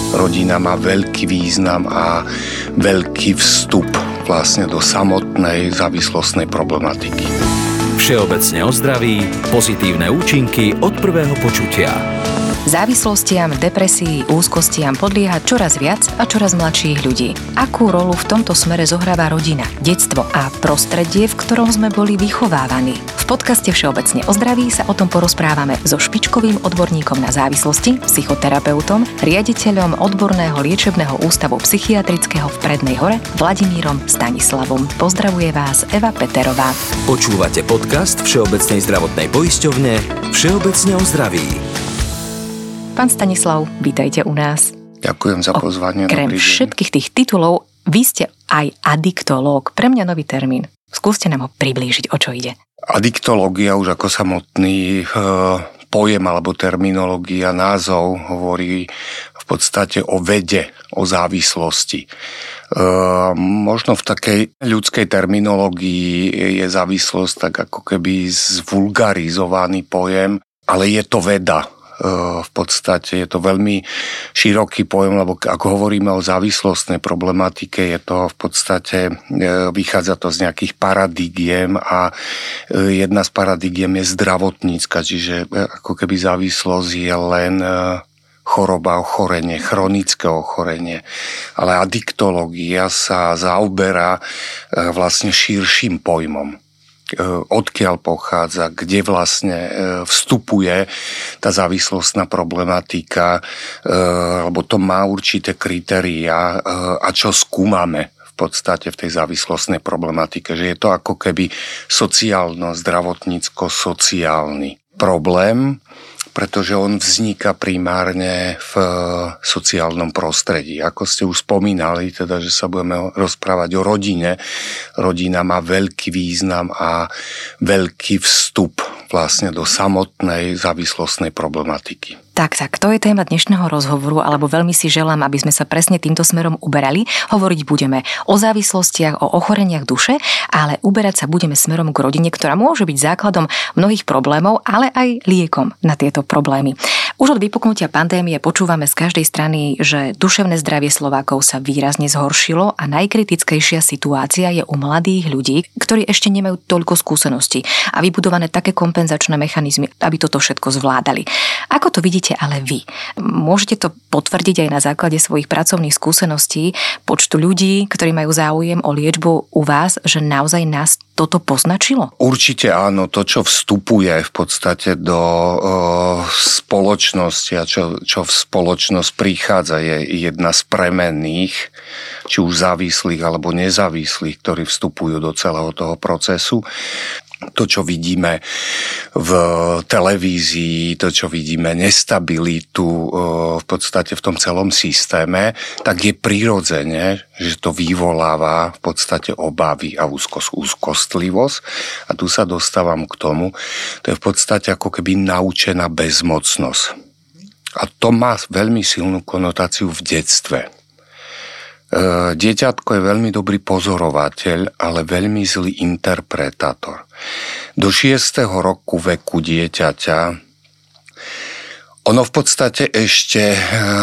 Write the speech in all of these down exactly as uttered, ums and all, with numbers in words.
Rodina má veľký význam a veľký vstup vlastne do samotnej závislostnej problematiky. Všeobecne o zdraví, pozitívne účinky od prvého počutia. Závislostiam, depresii, úzkostiam podlieha čoraz viac a čoraz mladších ľudí. Akú rolu v tomto smere zohráva rodina, detstvo a prostredie, v ktorom sme boli vychovávaní? V podcaste Všeobecne o zdraví sa o tom porozprávame so špičkovým odborníkom na závislosti, psychoterapeutom, riaditeľom odborného liečebného ústavu psychiatrického v Prednej Hore, Vladimírom Stanislavom. Pozdravuje vás Eva Peterová. Počúvate podcast Všeobecnej zdravotnej poisťovne Všeobecne o zdraví. Pán Stanislav, vítajte u nás. Ďakujem za pozvanie. Okrem všetkých tých titulov, vy ste aj adiktológ. Pre mňa nový termín. Skúste nám ho priblížiť, o čo ide. Adiktológia už ako samotný e, pojem alebo terminológia, názov hovorí v podstate o vede, o závislosti. E, možno v takej ľudskej terminológii je závislosť tak ako keby zvulgarizovaný pojem, ale je to veda. V podstate je to veľmi široký pojem, lebo ako hovoríme o závislostnej problematike, je to v podstate, vychádza to z nejakých paradigiem a jedna z paradigiem je zdravotnícka, čiže ako keby závislosť je len choroba, ochorenie, chronické ochorenie. Ale adiktológia sa zaoberá vlastne širším pojmom. Odkiaľ pochádza, kde vlastne vstupuje tá závislostná problematika, lebo to má určité kritériá a čo skúmame v podstate v tej závislostnej problematike, že je to ako keby sociálno-zdravotnícko-sociálny problém, pretože on vzniká primárne v sociálnom prostredí. Ako ste už spomínali, teda, že sa budeme rozprávať o rodine. Rodina má veľký význam a veľký vstup vlastne do samotnej závislostnej problematiky. Tak, tak, to je téma dnešného rozhovoru, alebo veľmi si želám, aby sme sa presne týmto smerom uberali. Hovoriť budeme o závislostiach, o ochoreniach duše, ale uberať sa budeme smerom k rodine, ktorá môže byť základom mnohých problémov, ale aj liekom na tieto problémy. Už od vypuknutia pandémie počúvame z každej strany, že duševné zdravie Slovákov sa výrazne zhoršilo a najkritickejšia situácia je u mladých ľudí, ktorí ešte nemajú toľko skúseností a vybudované také kompenzačné mechanizmy, aby toto všetko zvládali. Ako to vidíte ale vy? Môžete to potvrdiť aj na základe svojich pracovných skúseností, počtu ľudí, ktorí majú záujem o liečbu u vás, že naozaj nás toto poznačilo? Určite áno, to, čo vstupuje v podstate do uh, spoločnosti a čo, čo v spoločnosť prichádza, je jedna z premenných, či už závislých alebo nezávislých, ktorí vstupujú do celého toho procesu. To, čo vidíme v televízii, to, čo vidíme nestabilitu v podstate v tom celom systéme, tak je prirodzene, že to vyvoláva v podstate obavy a úzkosť, úzkostlivosť. A tu sa dostávam k tomu, to je v podstate ako keby naučená bezmocnosť. A to má veľmi silnú konotáciu v detstve. Dieťatko je veľmi dobrý pozorovateľ, ale veľmi zlý interpretátor. Do šiesteho roku veku dieťaťa ono v podstate ešte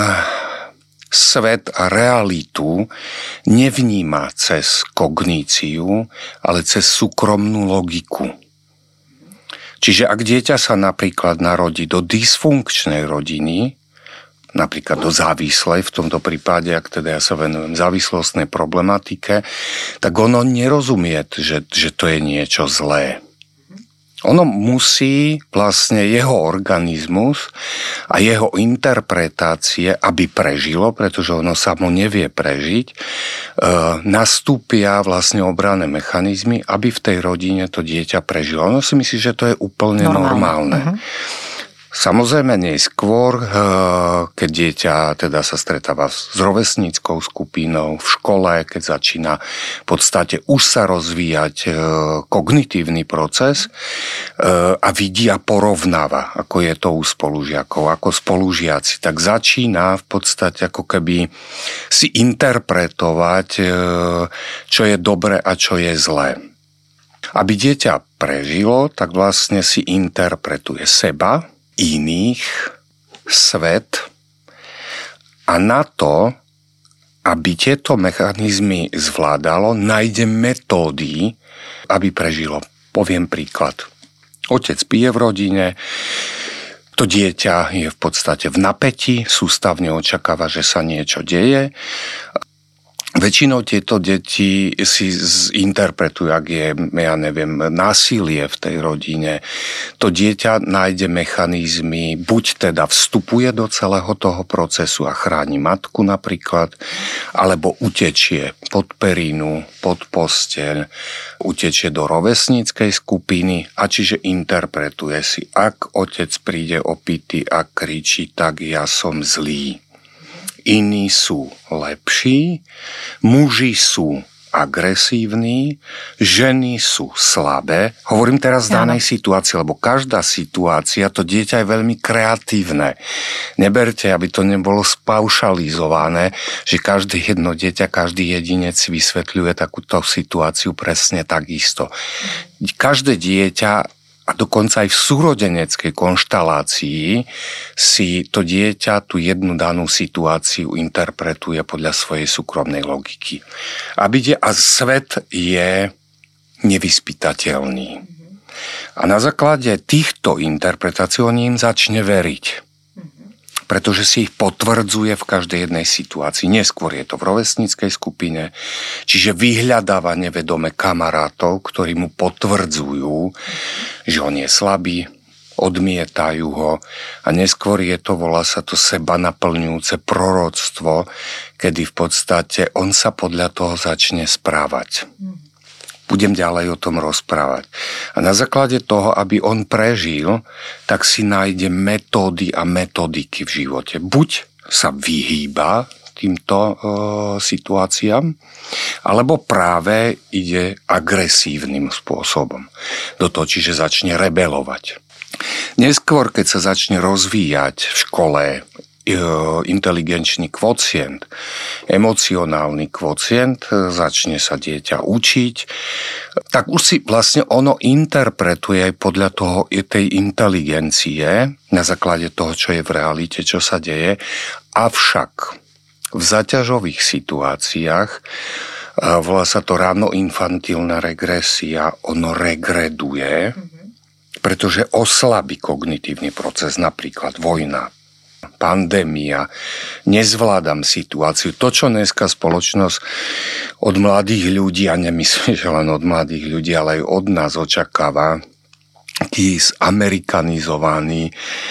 svet a realitu nevníma cez kogníciu, ale cez súkromnú logiku. Čiže ak dieťa sa napríklad narodí do dysfunkčnej rodiny, napríklad do závislej, v tomto prípade, ak teda ja sa venujem závislostnej problematike, tak ono nerozumie, že, že to je niečo zlé. Ono musí vlastne jeho organizmus a jeho interpretácie, aby prežilo, pretože ono samo nevie prežiť, e, nastúpia vlastne obranné mechanizmy, aby v tej rodine to dieťa prežilo. Ono si myslí, že to je úplne normálne. normálne. Uh-huh. Samozrejme neskôr, keď dieťa teda sa stretáva s rovesníckou skupinou v škole, keď začína v podstate už sa rozvíjať kognitívny proces a vidí a porovnáva, ako je to u spolužiakov, ako spolužiaci, tak začína v podstate ako keby si interpretovať, čo je dobre a čo je zlé. Aby dieťa prežilo, tak vlastne si interpretuje seba, iných, svet A na to, aby tieto mechanizmy zvládalo, nájde metódy, aby prežilo. Poviem príklad. Otec pije v rodine, to dieťa je v podstate v napätí, sústavne očakáva, že sa niečo deje. Väčšinou tieto deti si interpretujú, ak je, ja neviem, násilie v tej rodine. To dieťa nájde mechanizmy, buď teda vstupuje do celého toho procesu a chráni matku napríklad, alebo utečie pod perinu, pod posteľ, utečie do rovesníckej skupiny a čiže interpretuje si, ak otec príde opitý a kričí, tak ja som zlý. Iní sú lepší, muži sú agresívni, ženy sú slabé. Hovorím teraz v danej situácii, lebo každá situácia, to dieťa je veľmi kreatívne. Neberte, aby to nebolo spaušalizované, že každé jedno dieťa, každý jedinec si vysvetľuje takúto situáciu presne takisto. Každé dieťa a dokonca aj v súrodeneckej konštalácii si to dieťa tú jednu danú situáciu interpretuje podľa svojej súkromnej logiky. A, byť, a svet je nevyspytateľný. A na základe týchto interpretácií on im začne veriť. Pretože si ich potvrdzuje v každej jednej situácii. Neskôr je to v rovesníckej skupine, čiže vyhľadáva nevedome kamarátov, ktorí mu potvrdzujú, že on je slabý, odmietajú ho a neskôr je to, volá sa to seba naplňujúce proroctvo, kedy v podstate on sa podľa toho začne správať. Budem ďalej o tom rozprávať. A na základe toho, aby on prežil, tak si nájde metódy a metodiky v živote. Buď sa vyhýba týmto e, situáciám, alebo práve ide agresívnym spôsobom do toho, čiže začne rebelovať. Neskôr, keď sa začne rozvíjať v škole inteligenčný kvocient, emocionálny kvocient, začne sa dieťa učiť, tak už si vlastne ono interpretuje aj podľa toho tej inteligencie, na základe toho, čo je v realite, čo sa deje. Avšak v zaťažových situáciách, volá sa to ráno infantilná regresia, ono regreduje, pretože oslabí kognitívny proces, napríklad vojna, pandémia, nezvládam situáciu. To, čo dneska spoločnosť od mladých ľudí, a nemyslím, že len od mladých ľudí, ale aj od nás očakáva, taký zamerikanizovaný e,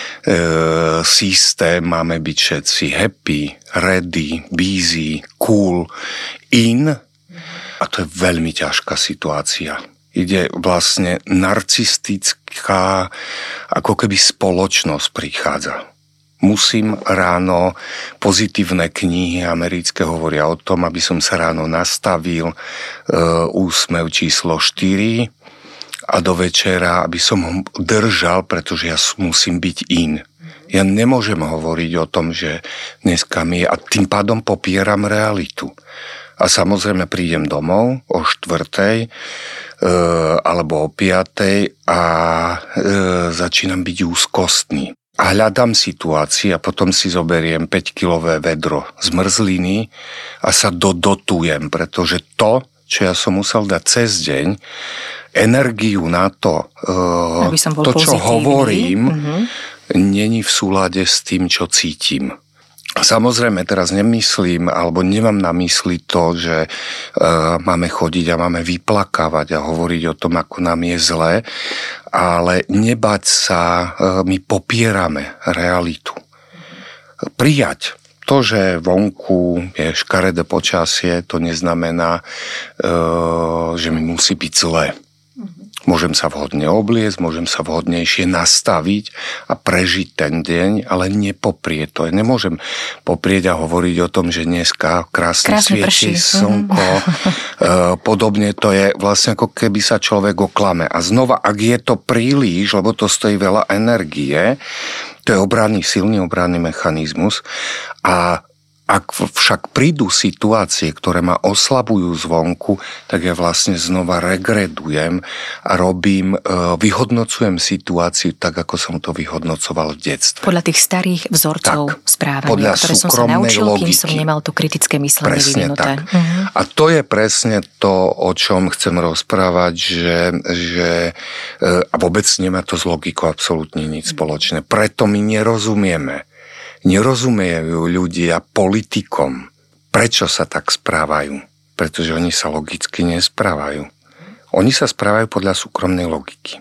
systém, máme byť všetci happy, ready, busy, cool, in. A to je veľmi ťažká situácia. Ide vlastne narcistická, ako keby spoločnosť prichádza. Musím ráno, pozitívne knihy americké hovoria o tom, aby som sa ráno nastavil, e, úsmev číslo štyri a do večera, aby som ho držal, pretože ja musím byť in. Ja nemôžem hovoriť o tom, že dneska mi je, a tým pádom popieram realitu. A samozrejme prídem domov o štvrtej e, alebo o piatej a e, začínam byť úzkostný. A hľadám situácii a potom si zoberiem päťkilové vedro zmrzliny a sa dodotujem, pretože to, čo ja som musel dať cez deň, energiu na to, uh, to, čo pozitívny. hovorím, mm-hmm. není v súlade s tým, čo cítim. Samozrejme, teraz nemyslím, alebo nemám na mysli to, že e, máme chodiť a máme vyplakávať a hovoriť o tom, ako nám je zle, ale nebať sa, e, my popierame realitu. Prijať to, že vonku je škaredé počasie, to neznamená, e, že mi musí byť zle. Môžem sa vhodne obliecť, môžem sa vhodnejšie nastaviť a prežiť ten deň, ale nepoprieť to. Nemôžem poprieť a hovoriť o tom, že dneska krásne, krásne svieti slnko. Podobne to je vlastne ako keby sa človek oklame. A znova, ak je to príliš, lebo to stojí veľa energie, to je obranný, silný obranný mechanizmus a Ak však prídu situácie, ktoré ma oslabujú zvonku, tak ja vlastne znova regredujem a robím, vyhodnocujem situáciu tak, ako som to vyhodnocoval v detstve. Podľa tých starých vzorcov tak, správania, ktoré som sa naučil, logiky. Kým som nemal to kritické myslenie presne vyvinuté. Tak. Uh-huh. A to je presne to, o čom chcem rozprávať, že, že a vôbec nemá to s logikou absolútne nič spoločné. Preto my nerozumieme. Nerozumiejú ľudia politikom. Prečo sa tak správajú? Pretože oni sa logicky nesprávajú. Oni sa správajú podľa súkromnej logiky.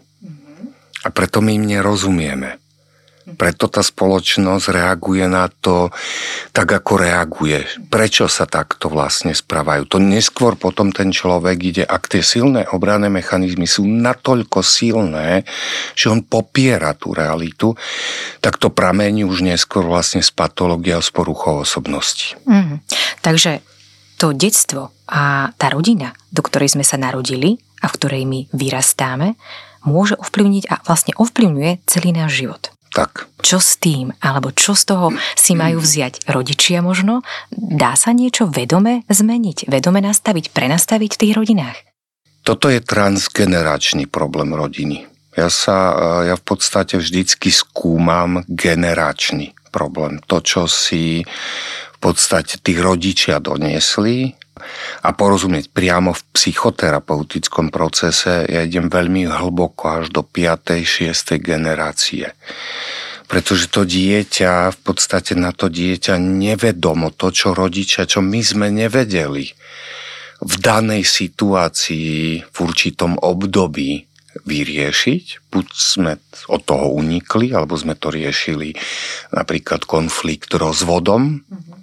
A preto my im nerozumieme. Preto tá spoločnosť reaguje na to tak, ako reaguje. Prečo sa takto vlastne správajú? To neskôr potom ten človek ide, ak tie silné obranné mechanizmy sú natoľko silné, že on popiera tú realitu, tak to pramení už neskôr vlastne z patológie a z poruchou osobnosti. Mm. Takže to detstvo a tá rodina, do ktorej sme sa narodili a v ktorej my vyrastáme, môže ovplyvniť a vlastne ovplyvňuje celý náš život. Tak. Čo s tým? Alebo čo z toho si majú vziať rodičia možno? Dá sa niečo vedome zmeniť? Vedome nastaviť, prenastaviť v tých rodinách? Toto je transgeneračný problém rodiny. Ja sa, ja v podstate vždycky skúmam generačný problém. To, čo si v podstate tých rodičia doniesli a porozumieť priamo v psychoterapeutickom procese, ja idem veľmi hlboko až do piatej šiestej generácie. Pretože to dieťa, v podstate na to dieťa nevedomo to, čo rodičia, čo my sme nevedeli v danej situácii v určitom období vyriešiť. Buď sme od toho unikli, alebo sme to riešili napríklad konflikt rozvodom. Mm-hmm.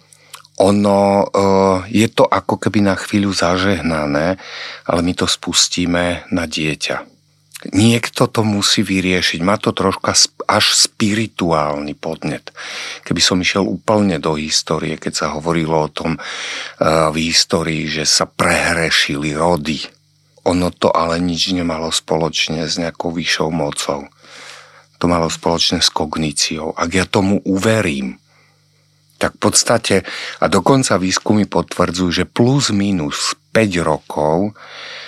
Ono je to ako keby na chvíľu zažehnané, ale my to spustíme na dieťa. Niekto to musí vyriešiť. Má to troška až spirituálny podnet. Keby som išiel úplne do histórie, keď sa hovorilo o tom v histórii, že sa prehrešili rody. Ono to ale nič nemalo spoločne s nejakou vyššou mocou. To malo spoločné s kogníciou. Ak ja tomu uverím, tak v podstate, a dokonca výskumy potvrdzujú, že plus minus päť rokov e,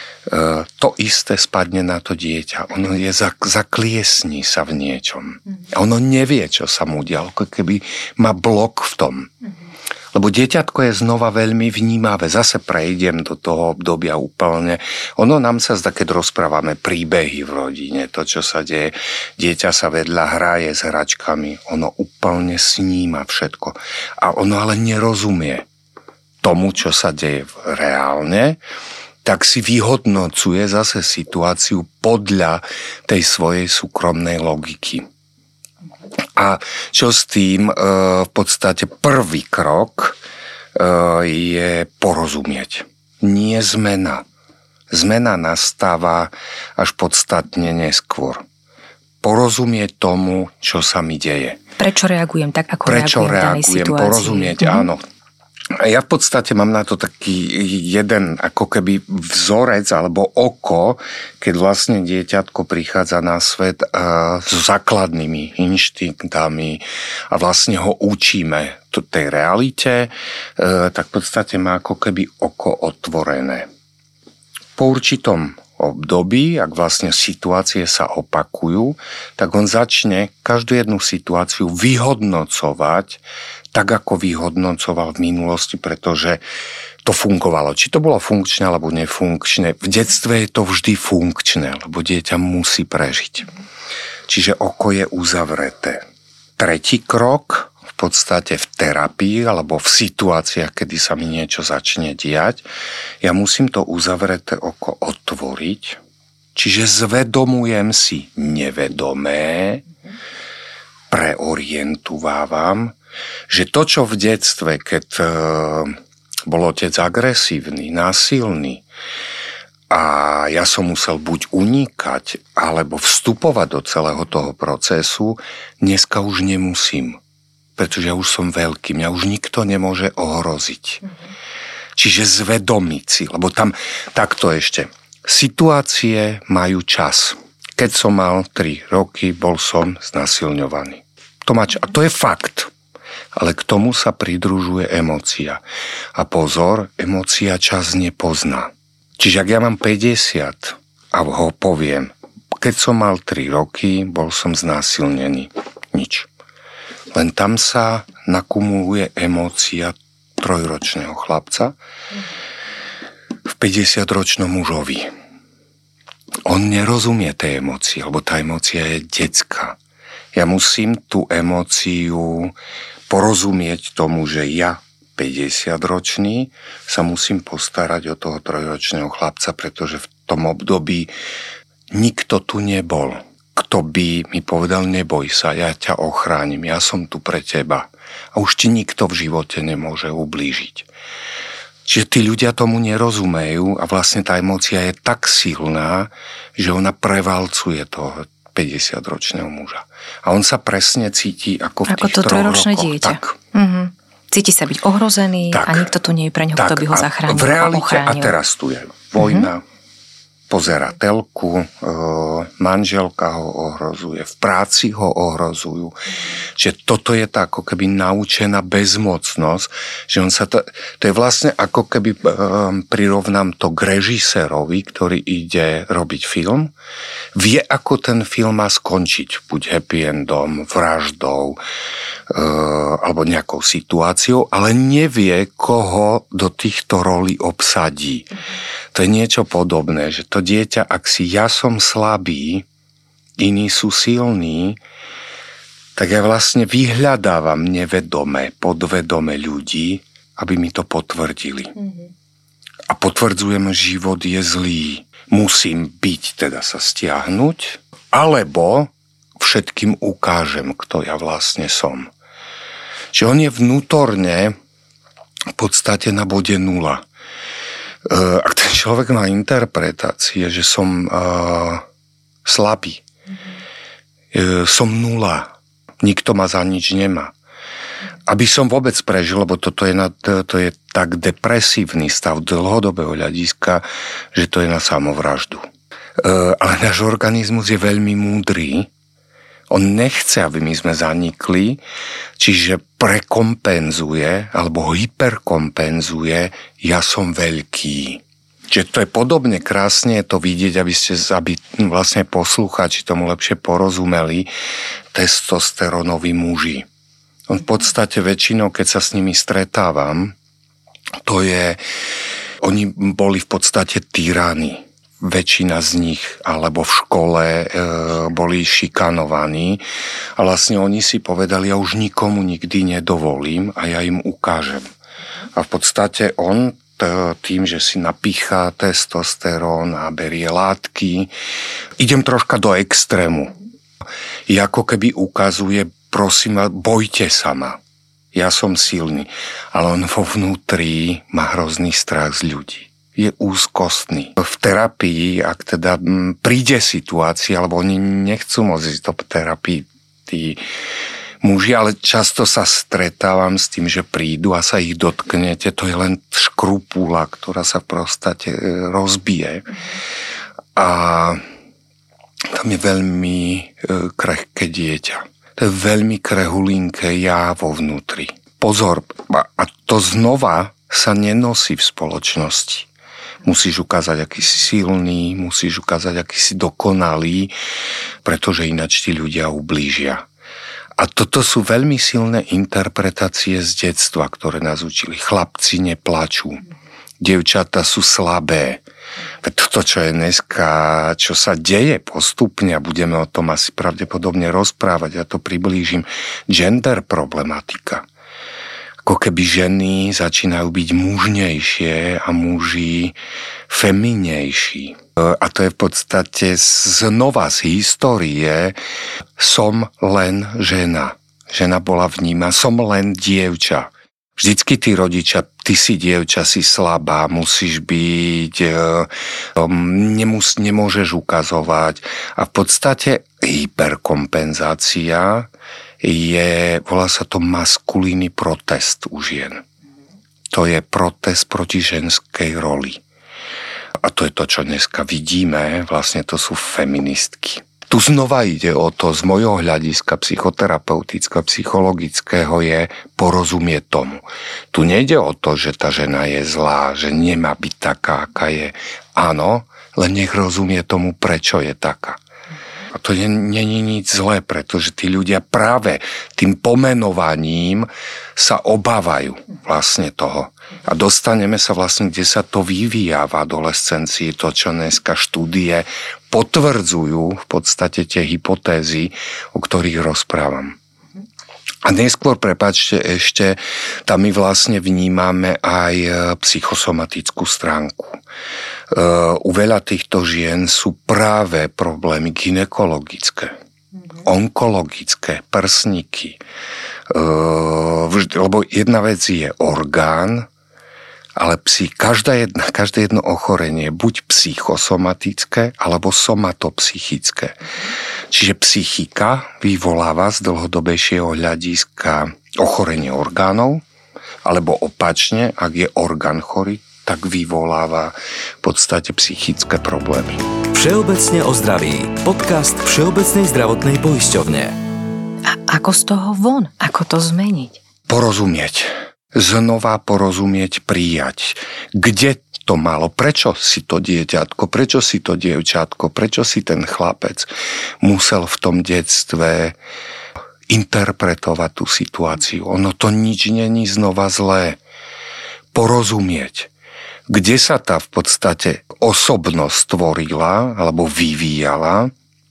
to isté spadne na to dieťa. Ono je zakliesní sa v niečom. A ono nevie, čo sa mu udialo, ako keby má blok v tom. Lebo dieťatko je znova veľmi vnímavé. Zase prejdem do toho obdobia úplne. Ono nám sa zdá, keď rozprávame príbehy v rodine, to, čo sa deje. Dieťa sa vedľa hraje s hračkami. Ono úplne sníma všetko. A ono ale nerozumie tomu, čo sa deje reálne, tak si vyhodnocuje zase situáciu podľa tej svojej súkromnej logiky. A čo s tým? V podstate prvý krok je porozumieť. Nie zmena. Zmena nastáva až podstatne neskôr. Porozumieť tomu, čo sa mi deje. Prečo reagujem tak, ako Prečo reagujem v danej reagujem, situácii? porozumieť, mm. áno. Ja v podstate mám na to taký jeden ako keby vzorec alebo oko, keď vlastne dieťatko prichádza na svet uh, s základnými inštinktami a vlastne ho učíme tej realite, uh, tak v podstate má ako keby oko otvorené. Po určitom období, ak vlastne situácie sa opakujú, tak on začne každú jednu situáciu vyhodnocovať tak, ako vyhodnocoval v minulosti, pretože to fungovalo. Či to bolo funkčné, alebo nefunkčné. V detstve je to vždy funkčné, lebo dieťa musí prežiť. Čiže oko je uzavreté. Tretí krok, v podstate v terapii, alebo v situáciách, kedy sa mi niečo začne diať, ja musím to uzavreté oko otvoriť. Čiže zvedomujem si nevedomé, preorientovávam, že to, čo v detstve, keď e, bol otec agresívny, násilný a ja som musel buď unikať, alebo vstupovať do celého toho procesu, dneska už nemusím, pretože ja už som veľký, mňa už nikto nemôže ohroziť. Mm-hmm. Čiže zvedomiť si, lebo tam takto ešte, situácie majú čas. Keď som mal tri roky, bol som znasilňovaný. To má čas, a to je fakt. ale k tomu sa pridružuje emócia. A pozor, emócia čas nepozná. Čiže ak ja mám päťdesiat a ho poviem, keď som mal tri roky, bol som znásilnený. Nič. Len tam sa nakumuluje emócia trojročného chlapca v päťdesiatročnom mužovi. On nerozumie tej emócie, lebo tá emócia je detská. Ja musím tú emóciu porozumieť tomu, že ja, päťdesiatročný, sa musím postarať o toho trojročného chlapca, pretože v tom období nikto tu nebol. Kto by mi povedal, neboj sa, ja ťa ochránim, ja som tu pre teba. A už ti nikto v živote nemôže ublížiť. Čiže tí ľudia tomu nerozumejú a vlastne tá emócia je tak silná, že ona prevalcuje toho päťdesiatročného muža. A on sa presne cíti ako v ako tých to troch trojročné rokoch. dieťa. Tak. Mhm. Cíti sa byť ohrozený tak. A nikto tu nie je pre ňoho, kto by ho zachránil v realite, a ochránil. A teraz tu je vojna, mm-hmm. pozerá telku, e, manželka ho ohrozuje, v práci ho ohrozujú. Čiže toto je tá ako keby naučená bezmocnosť, že on sa to, to je vlastne ako keby e, prirovnám to k režisérovi, ktorý ide robiť film, vie, ako ten film má skončiť, buď happy endom, vraždou, e, alebo nejakou situáciou, ale nevie, koho do týchto rolí obsadí. To je niečo podobné, že to dieťa, ak si ja som slabý, iní sú silní, tak ja vlastne vyhľadávam nevedome, podvedome ľudí, aby mi to potvrdili. Mm-hmm. A potvrdzujem, že život je zlý. Musím byť, teda sa stiahnuť, alebo všetkým ukážem, kto ja vlastne som. Čiže on je vnútorne v podstate na bode nula. Ak ten človek má interpretácie, že som uh, slabý, mm-hmm. som nula, nikto ma za nič nemá. Aby som vôbec prežil, lebo toto je, na, to je tak depresívny stav dlhodobého hľadiska, že to je na samovraždu. Uh, ale náš organizmus je veľmi múdry. On nechce, aby my sme zanikli, čiže prekompenzuje alebo hyperkompenzuje ja som veľký. Čiže to je podobne krásne to vidieť, aby ste aby vlastne poslucháči tomu lepšie porozumeli, testosterónoví muži. On v podstate väčšinou, keď sa s nimi stretávam, to je, oni boli v podstate tyráni. Väčšina z nich, alebo v škole e, boli šikanovaní a vlastne oni si povedali, ja už nikomu nikdy nedovolím a ja im ukážem. A v podstate on t- tým, že si napícha testosterón a berie látky, idem troška do extrému. I ako keby ukazuje, prosím vás, bojte sa ma. Ja som silný. Ale on vo vnútri má hrozný strach z ľudí. Je úzkostný. V terapii, ak teda príde situácia, alebo oni nechcú môcť ísť do terapii, tí muži, ale často sa stretávam s tým, že prídu a sa ich dotknete, to je len škrupula, ktorá sa v prostate rozbije. A tam je veľmi krehké dieťa. To je veľmi krehulinké ja vo vnútri. Pozor, a to znova sa nenosí v spoločnosti. Musíš ukázať, aký si silný, musíš ukázať, aký si dokonalý, pretože ináč ti ľudia ublížia. A toto sú veľmi silné interpretácie z detstva, ktoré nás učili. Chlapci neplačú, dievčatá sú slabé. Toto, čo je dneska, čo sa deje postupne, a budeme o tom asi pravdepodobne rozprávať, ja to priblížim, gender problematika. Ako keby ženy začínajú byť mužnejšie a muži feminnejší. A to je v podstate znova z histórie som len žena. Žena bola vnímaná, som len dievča. Vždycky tí rodičia, ty si dievča, si slabá, musíš byť, nemus, nemôžeš ukazovať. A v podstate hyperkompenzácia je, volá sa to maskulínny protest u žien. To je protest proti ženskej roli. A to je to, čo dneska vidíme, vlastne to sú feministky. Tu znova ide o to, z mojho hľadiska psychoterapeutického, psychologického je porozumieť tomu. Tu nejde o to, že tá žena je zlá, že nemá byť taká, aká je. Áno, len nech rozumie tomu, prečo je taká. A to není nič zlé, pretože tí ľudia práve tým pomenovaním sa obávajú vlastne toho. A dostaneme sa vlastne, kde sa to vyvíja v adolescencii, to, čo dneska štúdie potvrdzujú v podstate tie hypotézy, o ktorých rozprávam. A neskôr, prepáčte, ešte tam my vlastne vnímame aj psychosomatickú stránku. U veľa týchto žien sú práve problémy gynekologické, mm-hmm. onkologické, prsníky. Lebo jedna vec je orgán, ale psi, každá jedna, každé jedno ochorenie je buď psychosomatické, alebo somatopsychické. Čiže psychika vyvoláva z dlhodobejšieho hľadiska ochorenie orgánov, alebo opačne, ak je orgán chorý, tak vyvoláva v podstate psychické problémy. Všeobecne o zdraví. Podcast Všeobecnej zdravotnej poisťovne. A ako z toho von? Ako to zmeniť? Porozumieť. Znova porozumieť, prijať. Kde to malo? Prečo si to dieťatko? Prečo si to dievčatko? Prečo si ten chlapec musel v tom detstve interpretovať tú situáciu? Ono to nič není znova zlé. Porozumieť. Kde sa tá v podstate osobnosť tvorila alebo vyvíjala.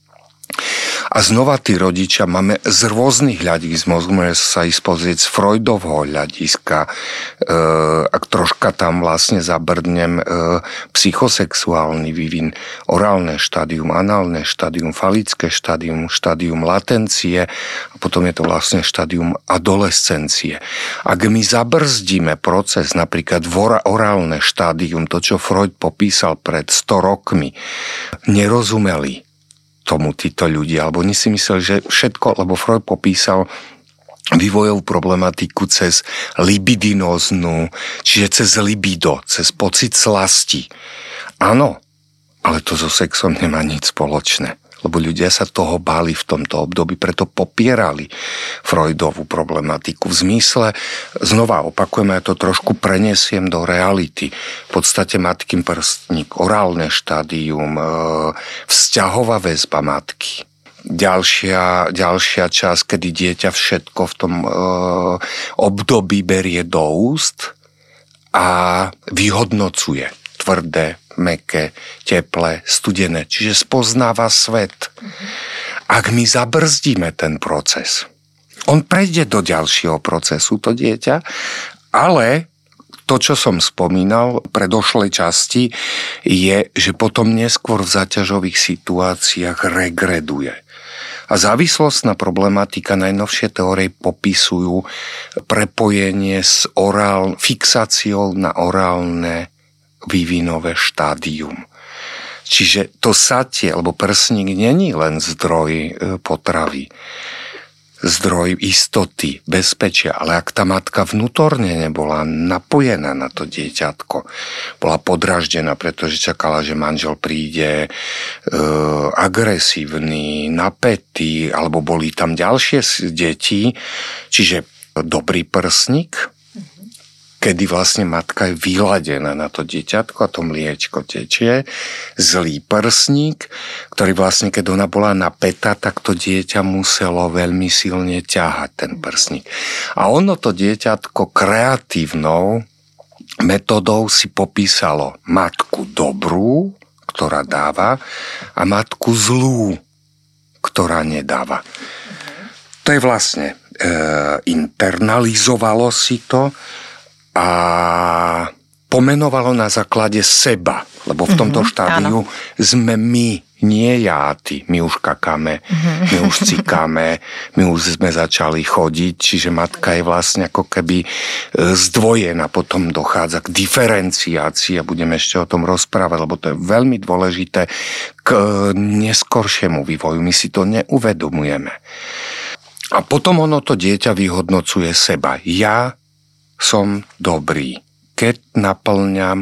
A znova tí rodičia máme z rôznych hľadísk, môžeme sa ísť pozrieť z Freudovho hľadiska, e, ak troška tam vlastne zabrdnem, e, psychosexuálny vývin, orálne štádium, análne štádium, falické štádium, štádium latencie a potom je to vlastne štádium adolescencie. Ak my zabrzdíme proces, napríklad orálne štádium, to, čo Freud popísal pred sto rokmi, nerozumeli tomu títo ľudia, alebo oni si mysleli, že všetko, lebo Freud popísal vývojovú problematiku cez libidinóznu, čiže cez libido, cez pocit slasti. Áno, ale to so sexom nemá nič spoločné, lebo ľudia sa toho báli v tomto období, preto popierali Freudovú problematiku. V zmysle, znova opakujem, ja to trošku prenesiem do reality. V podstate matkin prstník, orálne štádium, vzťahová väzba matky. Ďalšia, ďalšia časť, kedy dieťa všetko v tom období berie do úst a vyhodnocuje tvrdé, mäkké, teplé, studené. Čiže spoznáva svet. Ak my zabrzdíme ten proces, on prejde do ďalšieho procesu, to dieťa, ale to, čo som spomínal v predošlej časti, je, že potom neskôr v záťažových situáciách regreduje. A závislostná problematika, najnovšie teórie popisujú prepojenie s orál, fixáciou na orálne vývinové štádium. Čiže to satie, alebo prsník není len zdroj potravy, zdroj istoty, bezpečia, ale ak tá matka vnútorne nebola napojená na to dieťatko, bola podráždená, pretože čakala, že manžel príde e, agresívny, napätý, alebo boli tam ďalšie deti, čiže dobrý prsník, kedy vlastne matka je vyladená na to dieťatko a to mliečko tečie. Zlý prsník, ktorý vlastne, keď ona bola napätá, tak to dieťa muselo veľmi silne ťahať ten prsník. A ono to dieťatko kreatívnou metodou si popísalo matku dobrú, ktorá dáva, a matku zlú, ktorá nedáva. To je vlastne e, internalizovalo si to a pomenovalo na základe seba, lebo v tomto mm-hmm, štádiu áno. sme my, nie ja, ty. My už kakáme, mm-hmm. my už cikáme, my už sme začali chodiť, čiže matka je vlastne ako keby zdvojená, potom dochádza k diferenciácii a budeme ešte o tom rozprávať, lebo to je veľmi dôležité k neskoršiemu vývoju. My si to neuvedomujeme. A potom ono to dieťa vyhodnocuje seba. Ja som dobrý, keď naplňam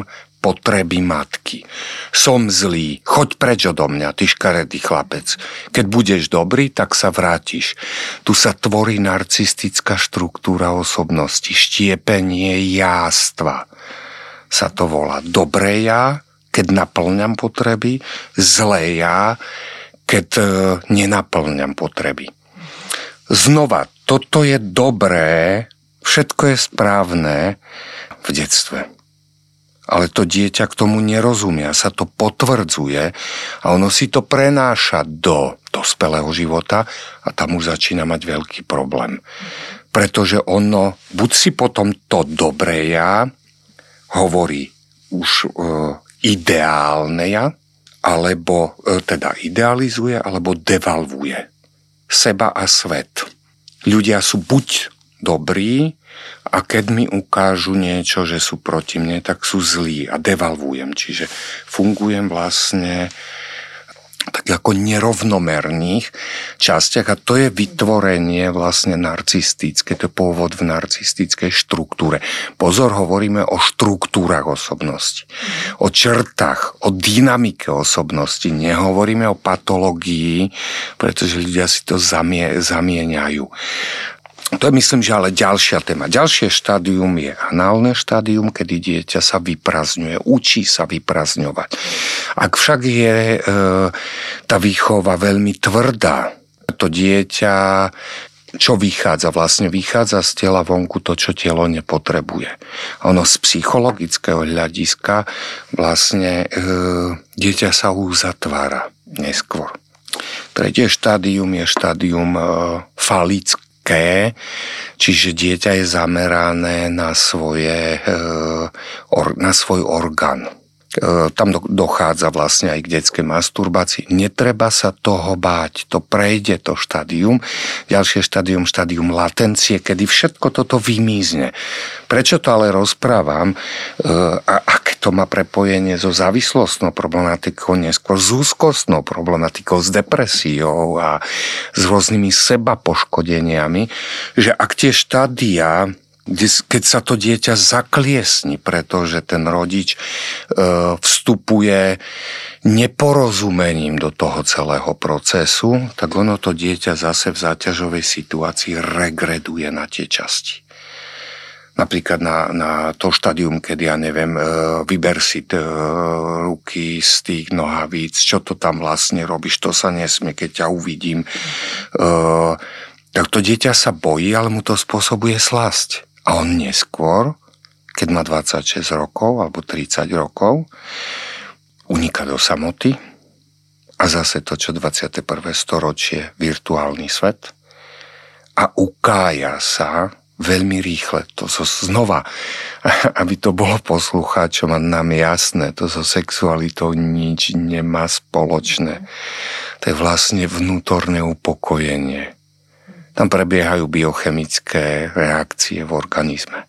potreby matky. Som zlý, choď preč odo mňa, ty škaredý chlapec. Keď budeš dobrý, tak sa vrátiš. Tu sa tvorí narcistická štruktúra osobnosti, štiepenie jástva. Sa to volá dobré ja, keď naplňam potreby, zlé ja, keď e, nenaplňam potreby. Znova, toto je dobré, všetko je správne v detstve. Ale to dieťa k tomu nerozumie, sa to potvrdzuje a ono si to prenáša do dospelého života a tam už začína mať veľký problém. Pretože ono, buď si potom to dobré ja hovorí už e, ideálne ja, alebo e, teda idealizuje, alebo devalvuje seba a svet. Ľudia sú buď dobrí, a keď mi ukážu niečo, že sú proti mne, tak sú zlí a devalvujem. Čiže fungujem vlastne tak ako nerovnomerných častiach a to je vytvorenie vlastne narcistické, to je pôvod v narcistickej štruktúre. Pozor, hovoríme o štruktúrach osobnosti, o črtách, o dynamike osobnosti, nehovoríme o patológii, pretože ľudia si to zamie, zamieňajú. To je, myslím, že ale ďalšia téma. Ďalšie štádium je análne štádium, kedy dieťa sa vyprazňuje, učí sa vyprazňovať. Ak však je e, tá výchova veľmi tvrdá, to dieťa, čo vychádza? Vlastne vychádza z tela vonku to, čo telo nepotrebuje. Ono z psychologického hľadiska vlastne e, dieťa sa uzatvára neskôr. Tretie štádium je štádium e, falické, čiže dieťa je zamerané na, svoje, na svoj orgán. Tam dochádza vlastne aj k detskej masturbácii. Netreba sa toho báť, to prejde to štádium. Ďalšie štádium, štádium latencie, kedy všetko toto vymizne. Prečo to ale rozprávam? A aké to má prepojenie so závislostnou problematikou, neskôr s úzkostnou problematikou, s depresiou a s rôznymi sebapoškodeniami, že ak tie štádia, keď sa to dieťa zakliesni, pretože ten rodič vstupuje neporozumením do toho celého procesu, tak ono to dieťa zase v záťažovej situácii regreduje na tie časti. Napríklad na, na to štádium, kedy, ja neviem, vyber si t, ruky z tých nohavíc, čo to tam vlastne robíš, to sa nesmie, keď ťa uvidím. Tak to dieťa sa bojí, ale mu to spôsobuje slasť. A on neskôr, keď má dvadsaťšesť rokov alebo tridsať rokov, uniká do samoty a zase to, čo dvadsiate prvé storočie, virtuálny svet a ukája sa veľmi rýchle. To so znova, aby to bolo poslucháčom a nám jasné, to so sexualitou nič nemá spoločné. To je vlastne vnútorné upokojenie. Tam prebiehajú biochemické reakcie v organizme.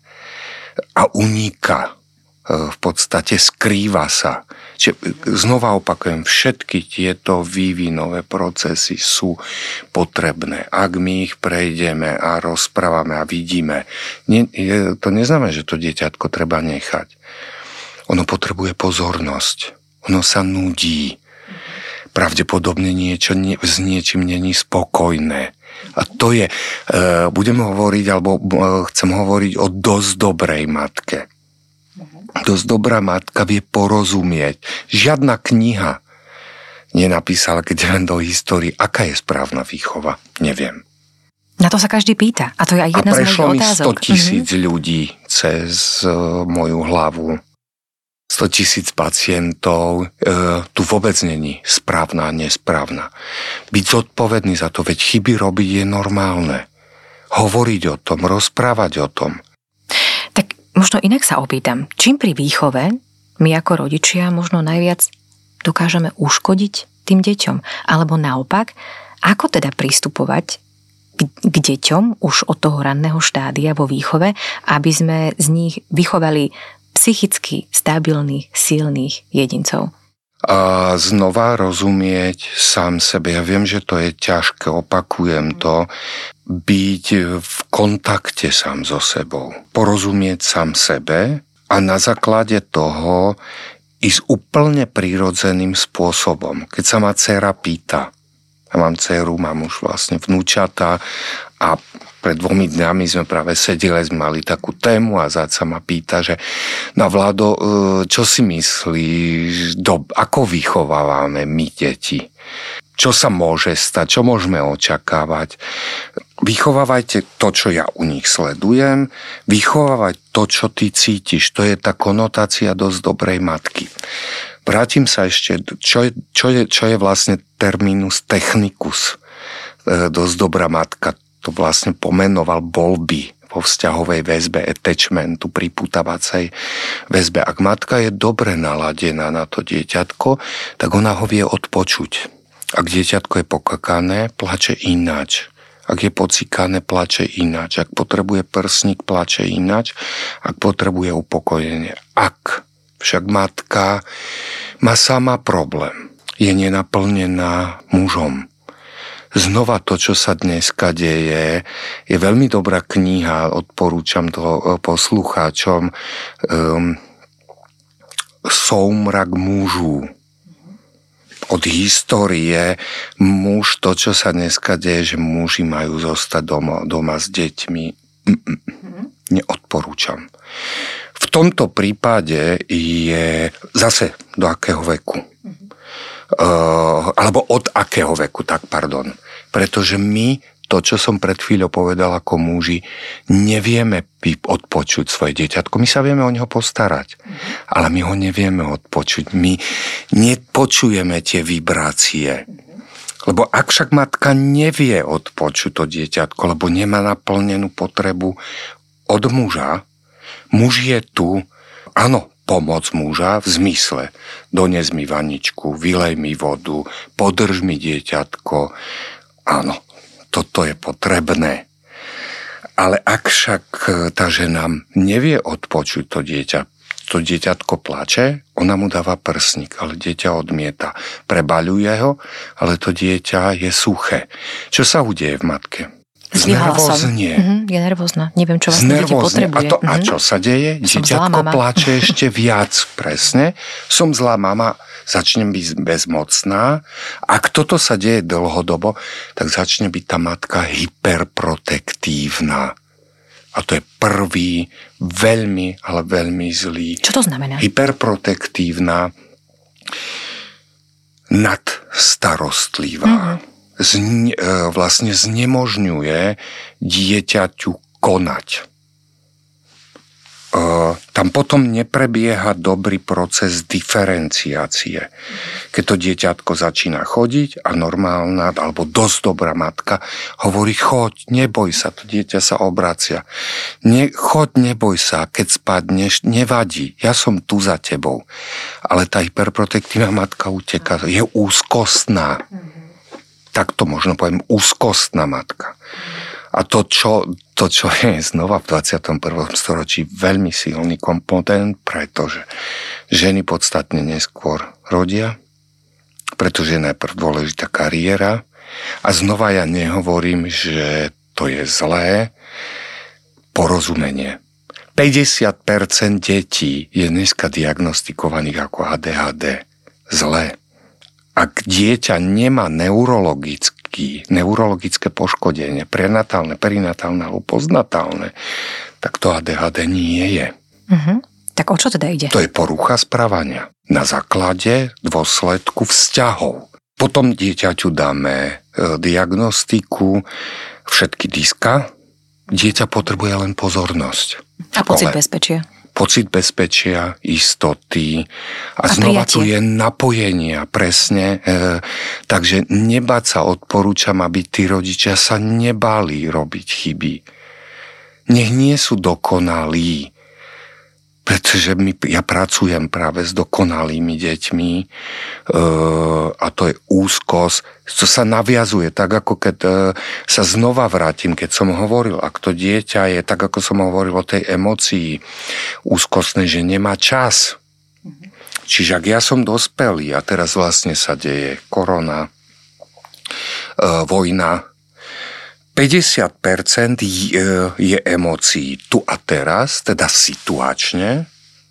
A uniká, v podstate skrýva sa. Čiže znova opakujem, všetky tieto vývinové procesy sú potrebné. Ak my ich prejdeme a rozprávame a vidíme, nie, to neznamená, že to dieťatko treba nechať. Ono potrebuje pozornosť. Ono sa nudí. Pravdepodobne niečo nie, s niečím není spokojné. A to je, e, budem hovoriť, alebo e, chcem hovoriť o dosť dobrej matke. Dosť dobrá matka vie porozumieť. Žiadna kniha nenapísala, keď len do histórie, aká je správna výchova. Neviem. Na to sa každý pýta. A to je aj jedna z mojich otázok. A prešlo mi sto tisíc mm-hmm. ľudí cez uh, moju hlavu. sto tisíc pacientov. Uh, tu vôbec není správna a nesprávna. Byť zodpovedný za to, veď chyby robiť je normálne. Hovoriť o tom, rozprávať o tom. Možno inak sa opýtam, čím pri výchove my ako rodičia možno najviac dokážeme uškodiť tým deťom? Alebo naopak, ako teda pristupovať k, k deťom už od toho ranného štádia vo výchove, aby sme z nich vychovali psychicky stabilných, silných jedincov? A znova rozumieť sám sebe. Ja viem, že to je ťažké, opakujem to, byť v kontakte sám so sebou. Porozumieť sám sebe a na základe toho ísť úplne prirodzeným spôsobom. Keď sa ma dcéra pýta, ja mám dcéru, mám už vlastne vnúčata a pred dvomi dňami sme práve sedeli, sme mali takú tému a Zať sa ma pýta, že no Vlado, čo si myslíš, do, ako vychovávame my deti? Čo sa môže stať? Čo môžeme očakávať? Vychovávajte to, čo ja u nich sledujem. Vychovávať to, čo ty cítiš. To je tá konotácia dosť dobrej matky. Vrátim sa ešte, čo je, čo je, čo je vlastne terminus technicus. E, dosť dobrá matka to vlastne pomenoval voľby vo vzťahovej väzbe, attachmentu, pripútavacej väzbe. Ak matka je dobre naladená na to dieťatko, tak ona ho vie odpočuť. Ak dieťatko je pokakané, plače ináč. Ak je pocikané, plače ináč. Ak potrebuje prsník, plače ináč. Ak potrebuje upokojenie. Ak však matka má sama problém, je nenaplnená mužom. Znova to, čo sa dneska deje, je veľmi dobrá kniha, odporúčam to poslucháčom, um, Soumrak mužů. Od histórie muž, to, čo sa dneska deje, že muži majú zostať doma, doma s deťmi, Mm-mm. neodporúčam. V tomto prípade je zase do akého veku. Uh, alebo od akého veku, tak pardon. Pretože my, to, čo som pred chvíľou povedal ako muži, nevieme odpočuť svoje dieťatko. My sa vieme o neho postarať, ale my ho nevieme odpočuť. My nepočujeme tie vibrácie. Lebo ak však matka nevie odpočuť to dieťatko, lebo nemá naplnenú potrebu od muža, muž je tu, áno, pomoc muža v zmysle dones mi vaničku, vylej mi vodu, podrž mi dieťatko. Áno, toto je potrebné. Ale ak však tá žena nevie odpočuť to dieťa, to dieťatko plače, ona mu dáva prsník, ale dieťa odmieta. Prebaľuje ho, ale to dieťa je suché. Čo sa udeje v matke? Znervoznie. Mm-hmm, je nervózna. Neviem, čo vlastne dieťa potrebuje. A, to, mm-hmm. a čo sa deje? Dieťatko pláče ešte viac. Presne. Som zlá mama, začnem byť bezmocná. Ak toto sa deje dlhodobo, tak začne byť tá matka hyperprotektívna. A to je prvý, veľmi, ale veľmi zlý. Čo to znamená? Hyperprotektívna, nadstarostlivá. Mm-hmm. Zne, vlastne znemožňuje dieťaťu konať. Tam potom neprebieha dobrý proces diferenciácie. Keď to dieťatko začína chodiť a normálna, alebo dosť dobrá matka hovorí, choď, neboj sa, to dieťa sa obracia. Ne, choď, neboj sa, keď spadneš, nevadí, ja som tu za tebou. Ale tá hyperprotektívna matka uteká, je úzkostná. Tak to možno poviem, úzkostná matka. A to, čo, to, čo je znova v dvadsiatom prvom storočí veľmi silný komponent, pretože ženy podstatne neskôr rodia, pretože je najprv dôležitá kariéra. A znova ja nehovorím, že to je zlé, porozumenie. päťdesiat percent detí je dneska diagnostikovaných ako á dé há dé. Zlé. Ak dieťa nemá neurologický, neurologické poškodenie, prenatálne, perinatálne alebo postnatálne, tak to á dé há dé nie je. Uh-huh. Tak o čo teda ide? To je porucha správania. Na základe dôsledku vzťahov. Potom dieťaťu dáme e, diagnostiku, všetky diska. Dieťa potrebuje len pozornosť. A pocit bezpečia. Pocit bezpečia, istoty a, a znova prijatie. Tu je napojenia, presne. E, takže nebáť sa, odporúčam, aby tí rodičia sa nebáli robiť chyby. Nech nie sú dokonalí, pretože my, ja pracujem práve s dokonalými deťmi e, a to je úzkosť, to sa naviazuje, tak ako keď e, sa znova vrátim, keď som hovoril, ak to dieťa je, tak ako som hovoril o tej emócii úzkostnej, že nemá čas. Čiže ak ja som dospelý a teraz vlastne sa deje korona, e, vojna, päťdesiat percent je, je emócií tu a teraz, teda situačne,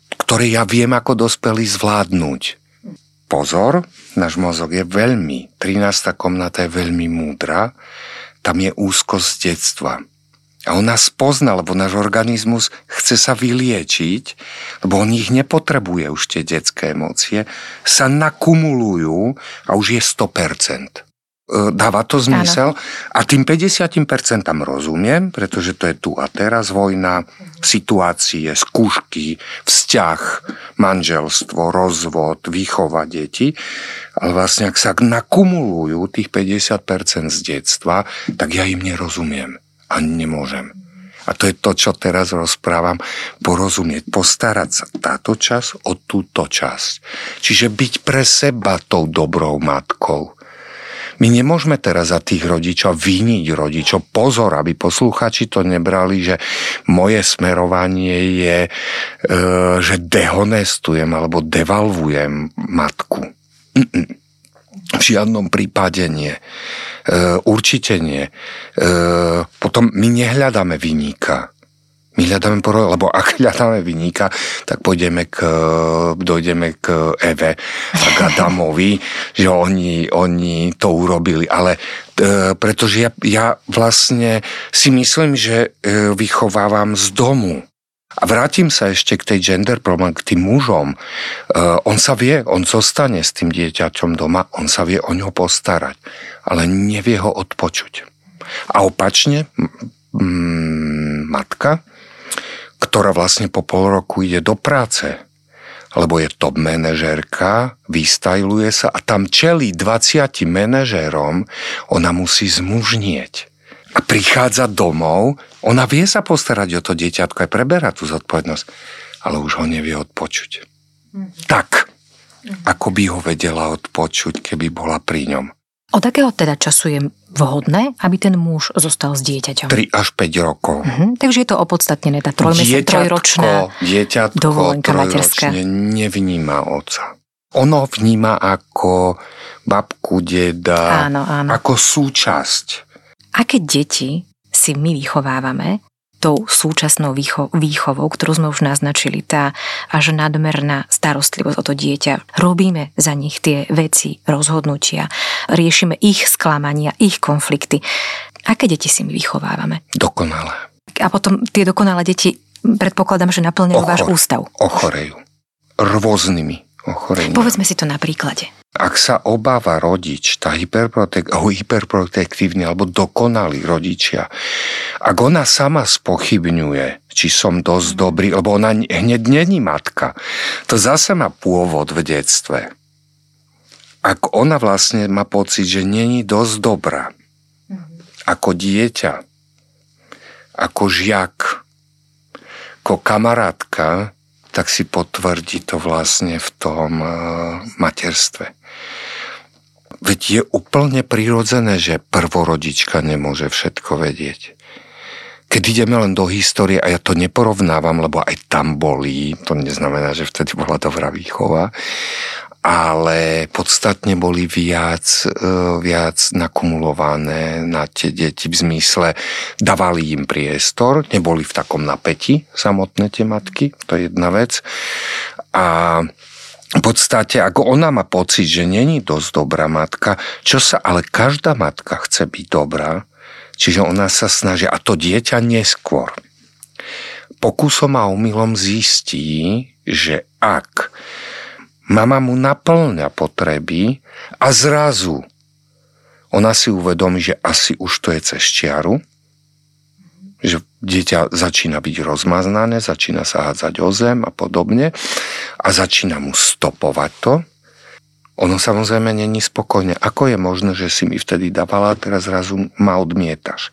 ktoré ja viem ako dospelý zvládnuť. Pozor, náš mozog je veľmi, trinásta komnata je veľmi múdra, tam je úzkosť z detstva. A on nás pozná, lebo náš organizmus chce sa vyliečiť, lebo on ich nepotrebuje už tie detské emócie, sa nakumulujú a už je sto percent. Dáva to zmysel? Áno. A tým päťdesiat percent tam rozumiem, pretože to je tu a teraz vojna, situácie, skúšky, vzťah, manželstvo, rozvod, výchova detí. Ale vlastne, ak sa nakumulujú tých päťdesiat percent z detstva, tak ja im nerozumiem. Ani nemôžem. A to je to, čo teraz rozprávam, porozumieť, postarať sa táto časť o túto časť. Čiže byť pre seba tou dobrou matkou. My nemôžeme teraz za tých rodičov viniť rodičov. Pozor, aby posluchači to nebrali, že moje smerovanie je, e, že dehonestujem alebo devalvujem matku. Mm-mm. V žiadnom prípade nie. E, určite nie. E, potom my nehľadáme viníka. My hľadáme porod, lebo ak hľadáme viníka, tak pôjdeme k, dojdeme k Eve a k Adamovi, že oni, oni to urobili. Ale e, pretože ja, ja vlastne si myslím, že e, vychovávam z domu. A vrátim sa ešte k tej gender problém, k tým mužom. Uh, on sa vie, on zostane s tým dieťaťom doma, on sa vie o ňo postarať, ale nevie ho odpočuť. A opačne, mm, matka, ktorá vlastne po pol roku ide do práce, lebo je top manažérka, vystajluje sa a tam čelí dvadsiatim manažérom, ona musí zmužnieť. A prichádza domov, ona vie sa postarať o to dieťatko, aj preberá tú zodpovednosť, ale už ho nevie odpočuť. Mm. Tak, ako by ho vedela odpočuť, keby bola pri ňom. Od akého teda času je vhodné, aby ten muž zostal s dieťaťom? tri až päť rokov. Uh-huh. Takže je to opodstatnené, tá trojmesec, trojročná dovolenka materská. Dieťatko nevníma otca. Ono vníma ako babku, deda, áno, áno. Ako súčasť. Aké deti si my vychovávame tou súčasnou výcho- výchovou, ktorú sme už naznačili, tá až nadmerná starostlivosť o to dieťa. Robíme za nich tie veci, rozhodnutia, riešime ich sklamania, ich konflikty. Aké deti si my vychovávame? Dokonalé. A potom tie dokonalé deti, predpokladám, že naplňajú Ochor, váš ústav. Ochorejú. Rôznymi ochoreniami. Povedzme si to na príklade. Ak sa obáva rodič, tá hyperprotek- hyperprotektívny alebo dokonalý rodičia, ak ona sama spochybňuje, či som dosť dobrý, lebo ona hneď není matka, to zase má pôvod v detstve. Ak ona vlastne má pocit, že není dosť dobrá, ako dieťa, ako žiak, ako kamarátka, tak si potvrdí to vlastne v tom materstve. Veď je úplne prirodzené, že prvorodička nemôže všetko vedieť. Keď ideme len do histórie, a ja to neporovnávam, lebo aj tam boli, to neznamená, že vtedy bola dobrá výchova, ale podstatne boli viac, viac nakumulované na tie deti v zmysle, dávali im priestor, neboli v takom napätí samotné tie matky, to je jedna vec. A v podstate, ako ona má pocit, že není dosť dobrá matka, čo sa, ale každá matka chce byť dobrá, čiže ona sa snaží, a to dieťa neskôr. Pokusom a omylom zistí, že ak mama mu naplňa potreby a zrazu ona si uvedomí, že asi už to je cez čiaru, že dieťa začína byť rozmaznané, začína sa hádzať o zem a podobne a začína mu stopovať to. Ono samozrejme není spokojne. Ako je možné, že si mi vtedy dávala a teraz zrazu ma odmietaš?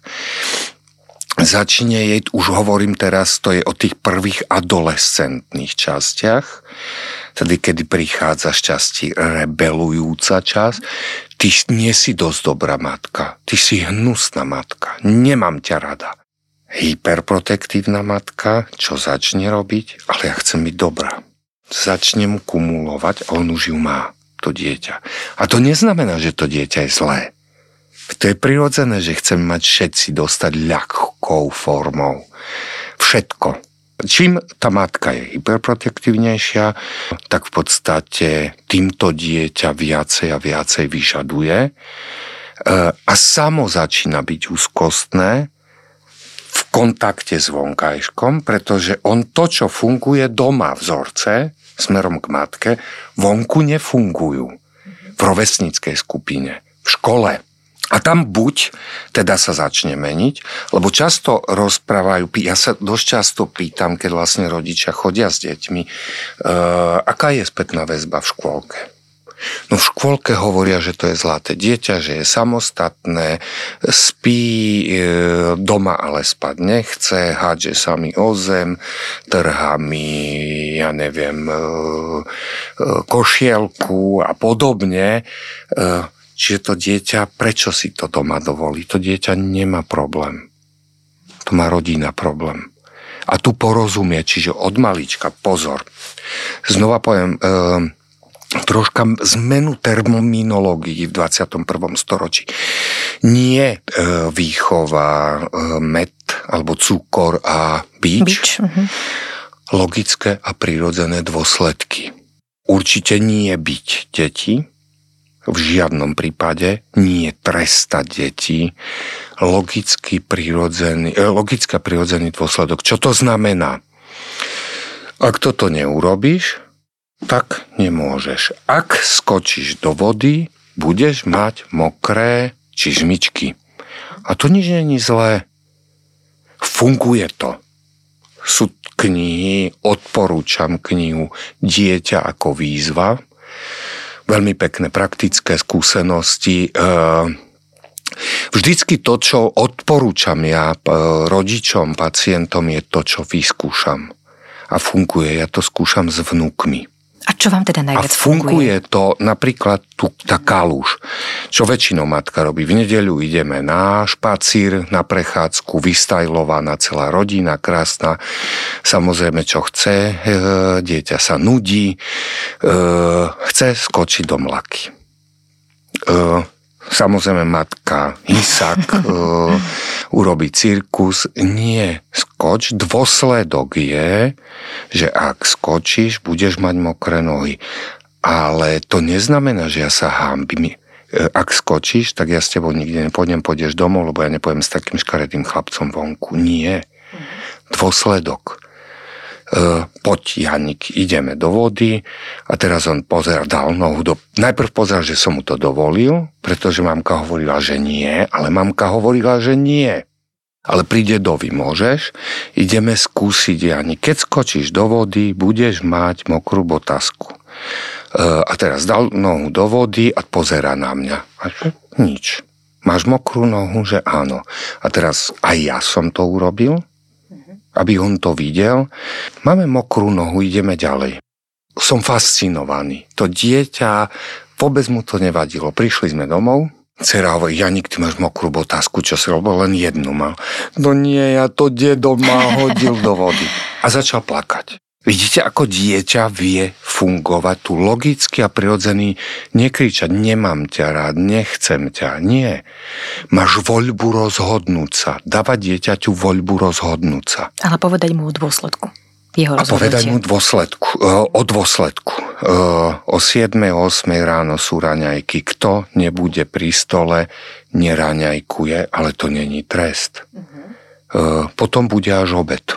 Začíne jej, už hovorím teraz, to je o tých prvých adolescentných častiach, tedy kedy prichádza šťastie rebelujúca časť, ty nie si dosť dobrá matka, ty si hnusná matka, nemám ťa rada. Hyperprotektívna matka, čo začne robiť? Ale ja chcem byť dobrá. Začne mu kumulovať a on už ju má, to dieťa. A to neznamená, že to dieťa je zlé. To je prirodzené, že chceme mať všetci dostať ľahkou formou. Všetko. Čím tá matka je hyperprotektívnejšia, tak v podstate týmto dieťa viacej a viacej vyžaduje a samo začína byť úzkostné v kontakte s vonkajškom, pretože on to, čo funguje doma vzorce, smerom k matke, vonku nefungujú. V rovesníckej skupine, v škole. A tam buď teda sa začne meniť, lebo často rozprávajú, ja sa dosť často pýtam, keď vlastne rodičia chodia s deťmi, uh, aká je spätná väzba v škôlke. No v škôlke hovoria, že to je zlaté dieťa, že je samostatné, spí e, doma, ale spať nechce, hádže sa mi o zem, trhá mi, ja neviem, e, e, košielku a podobne. E, čiže to dieťa, prečo si to doma dovolí? To dieťa nemá problém. To má rodina problém. A tu porozumie, čiže od malička, pozor. Znova poviem, e, troška zmenu terminológií v dvadsiatom prvom storočí. Nie e, výchova, e, med alebo cukor a bič. bič uh-huh. Logické a prirodzené dôsledky. Určite nie byť deti, v žiadnom prípade nie trestať deti. Logický prirodzený, e, logický a prirodzený dôsledok. Čo to znamená? Ak toto neurobíš, tak nemôžeš. Ak skočíš do vody, budeš mať mokré čižmičky. A to nič není zlé. Funguje to. Sú knihy, odporúčam knihu Dieťa ako výzva. Veľmi pekné praktické skúsenosti. Vždycky to, čo odporúčam ja rodičom, pacientom, je to, čo vyskúšam. A funguje. Ja to skúšam s vnúkmi. A čo vám teda najviac funguje? A funguje to napríklad tu, tá kaluž, čo väčšinou matka robí. V nedeľu ideme na špacír, na prechádzku, vystajlovaná celá rodina, krásna. Samozrejme, čo chce, dieťa sa nudí, chce skočiť do mlaky. Samozrejme, matka, hysak, urobí cirkus. Nie, skoč. Dôsledok je, že ak skočíš, budeš mať mokré nohy. Ale to neznamená, že ja sa hámbim. Ak skočíš, tak ja s tebou nikde nepôjdem, pôjdeš domov, lebo ja nepôjdem s takým škaredým chlapcom vonku. Nie. Dôsledok. Uh, poď, Janik, ideme do vody a teraz on pozera, dal nohu do... Najprv pozeral, že som mu to dovolil, pretože mamka hovorila, že nie, ale mamka hovorila, že nie. Ale príde do vy, môžeš? Ideme skúsiť, Janik. Keď skočíš do vody, budeš mať mokrú botasku. Uh, a teraz dal nohu do vody a pozera na mňa. A že? Nič. Máš mokrú nohu? Že áno. A teraz aj ja som to urobil, aby on to videl. Máme mokrú nohu, ideme ďalej. Som fascinovaný. To dieťa, vôbec mu to nevadilo. Prišli sme domov, dcera hovorí, Janik, ty máš mokrú botázku, čo si robil? Len jednu mal. No nie, ja to dedo ma hodil do vody. A začal plakať. Vidíte, ako dieťa vie fungovať tu logicky a prirodzený, nekričať, nemám ťa rád, nechcem ťa, nie. Máš voľbu rozhodnúť sa, dávať dieťaťu voľbu rozhodnúť sa. Ale povedať mu o dôsledku jeho rozhodnutia. A povedať mu dôsledku, o dôsledku. O siedmej, ôsmej ráno sú raňajky. Kto nebude pri stole, neraňajkuje, ale to není trest. Uh-huh. Potom bude až obed.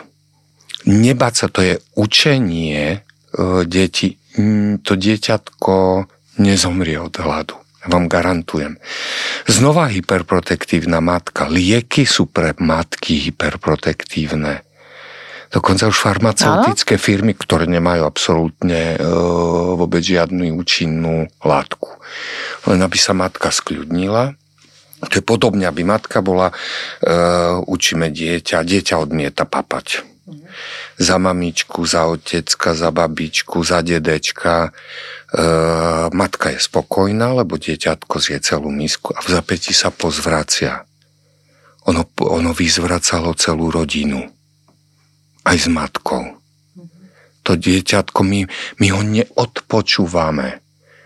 Nebáť sa, to je učenie e, deti. To dieťatko nezomrie od hladu. Ja vám garantujem. Znova hyperprotektívna matka. Lieky sú pre matky hyperprotektívne. Dokonca už farmaceutické no? firmy, ktoré nemajú absolútne e, vôbec žiadnu účinnú látku. Len aby sa matka skľudnila. To je podobne, aby matka bola, e, učíme dieťa, dieťa odmieta papať. Za mamičku, za otecka, za babičku, za dedečka. E, matka je spokojná, lebo dieťatko zje celú misku a v zapätí sa pozvracia. Ono, ono vyzvracalo celú rodinu. Aj s matkou. To dieťatko, my, my ho neodpočúvame. E,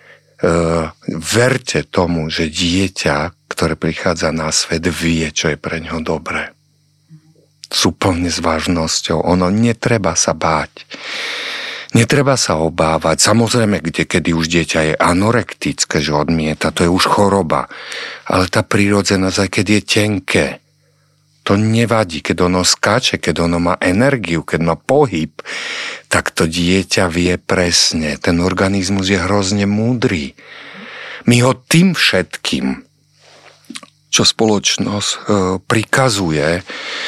verte tomu, že dieťa, ktoré prichádza na svet, vie, čo je pre ňo dobré. s úplne s vážnosťou. Ono netreba sa báť. Netreba sa obávať. Samozrejme, kde, kedy už dieťa je anorektické, že odmieta, to je už choroba. Ale tá prírodzenosť, aj keď je tenké, to nevadí. Keď ono skáče, keď ono má energiu, keď má pohyb, tak to dieťa vie presne. Ten organizmus je hrozne múdry. My ho tým všetkým, čo spoločnosť e, prikazuje, e,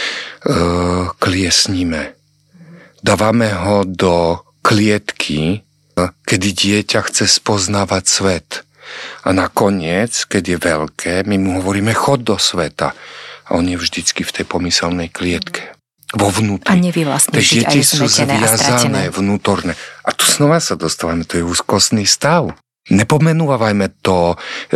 kliesníme. Dávame ho do klietky, kedy dieťa chce spoznávať svet. A nakoniec, keď je veľké, my mu hovoríme chod do sveta. A on je vždycky v tej pomyselnej klietke. Vo vnútri. A nevie vlastne žiť aj zmetené a stratené. Vnútorné. A tu znova sa dostávame, to je úzkostný stav. Nepomenúvajme to e,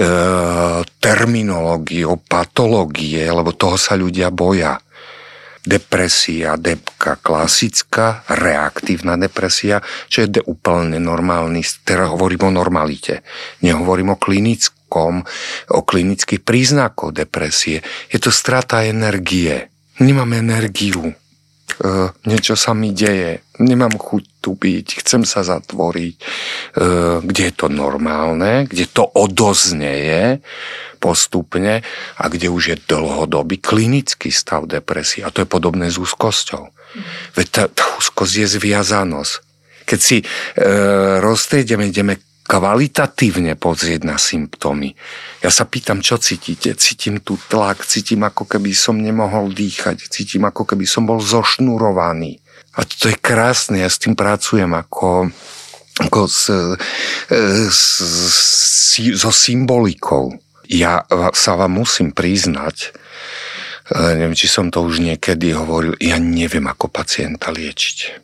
terminológiou, patológie, lebo toho sa ľudia boja. Depresia, depka, klasická, reaktívna depresia, čo je de úplne normálny, teraz hovorím o normalite, nehovorím o klinickom, o klinických príznakoch depresie. Je to strata energie. Nemám energiu. E, niečo sa mi deje. Nemám chuť tu byť. Chcem sa zatvoriť. E, kde je to normálne, kde to odoznieje postupne a kde už je dlhodobý klinický stav depresie. A to je podobné s úzkosťou. Veď tá, tá úzkosť je zviazanosť. Keď si e, rozstriedeme, ideme kvalitatívne pozrieť na symptómy. Ja sa pýtam, čo cítite? Cítim tu tlak, cítim, ako keby som nemohol dýchať, cítim, ako keby som bol zošnurovaný. A to je krásne, ja s tým pracujem ako, ako s, s, s, so symbolikou. Ja sa vám musím priznať, neviem, či som to už niekedy hovoril, ja neviem, ako pacienta liečiť.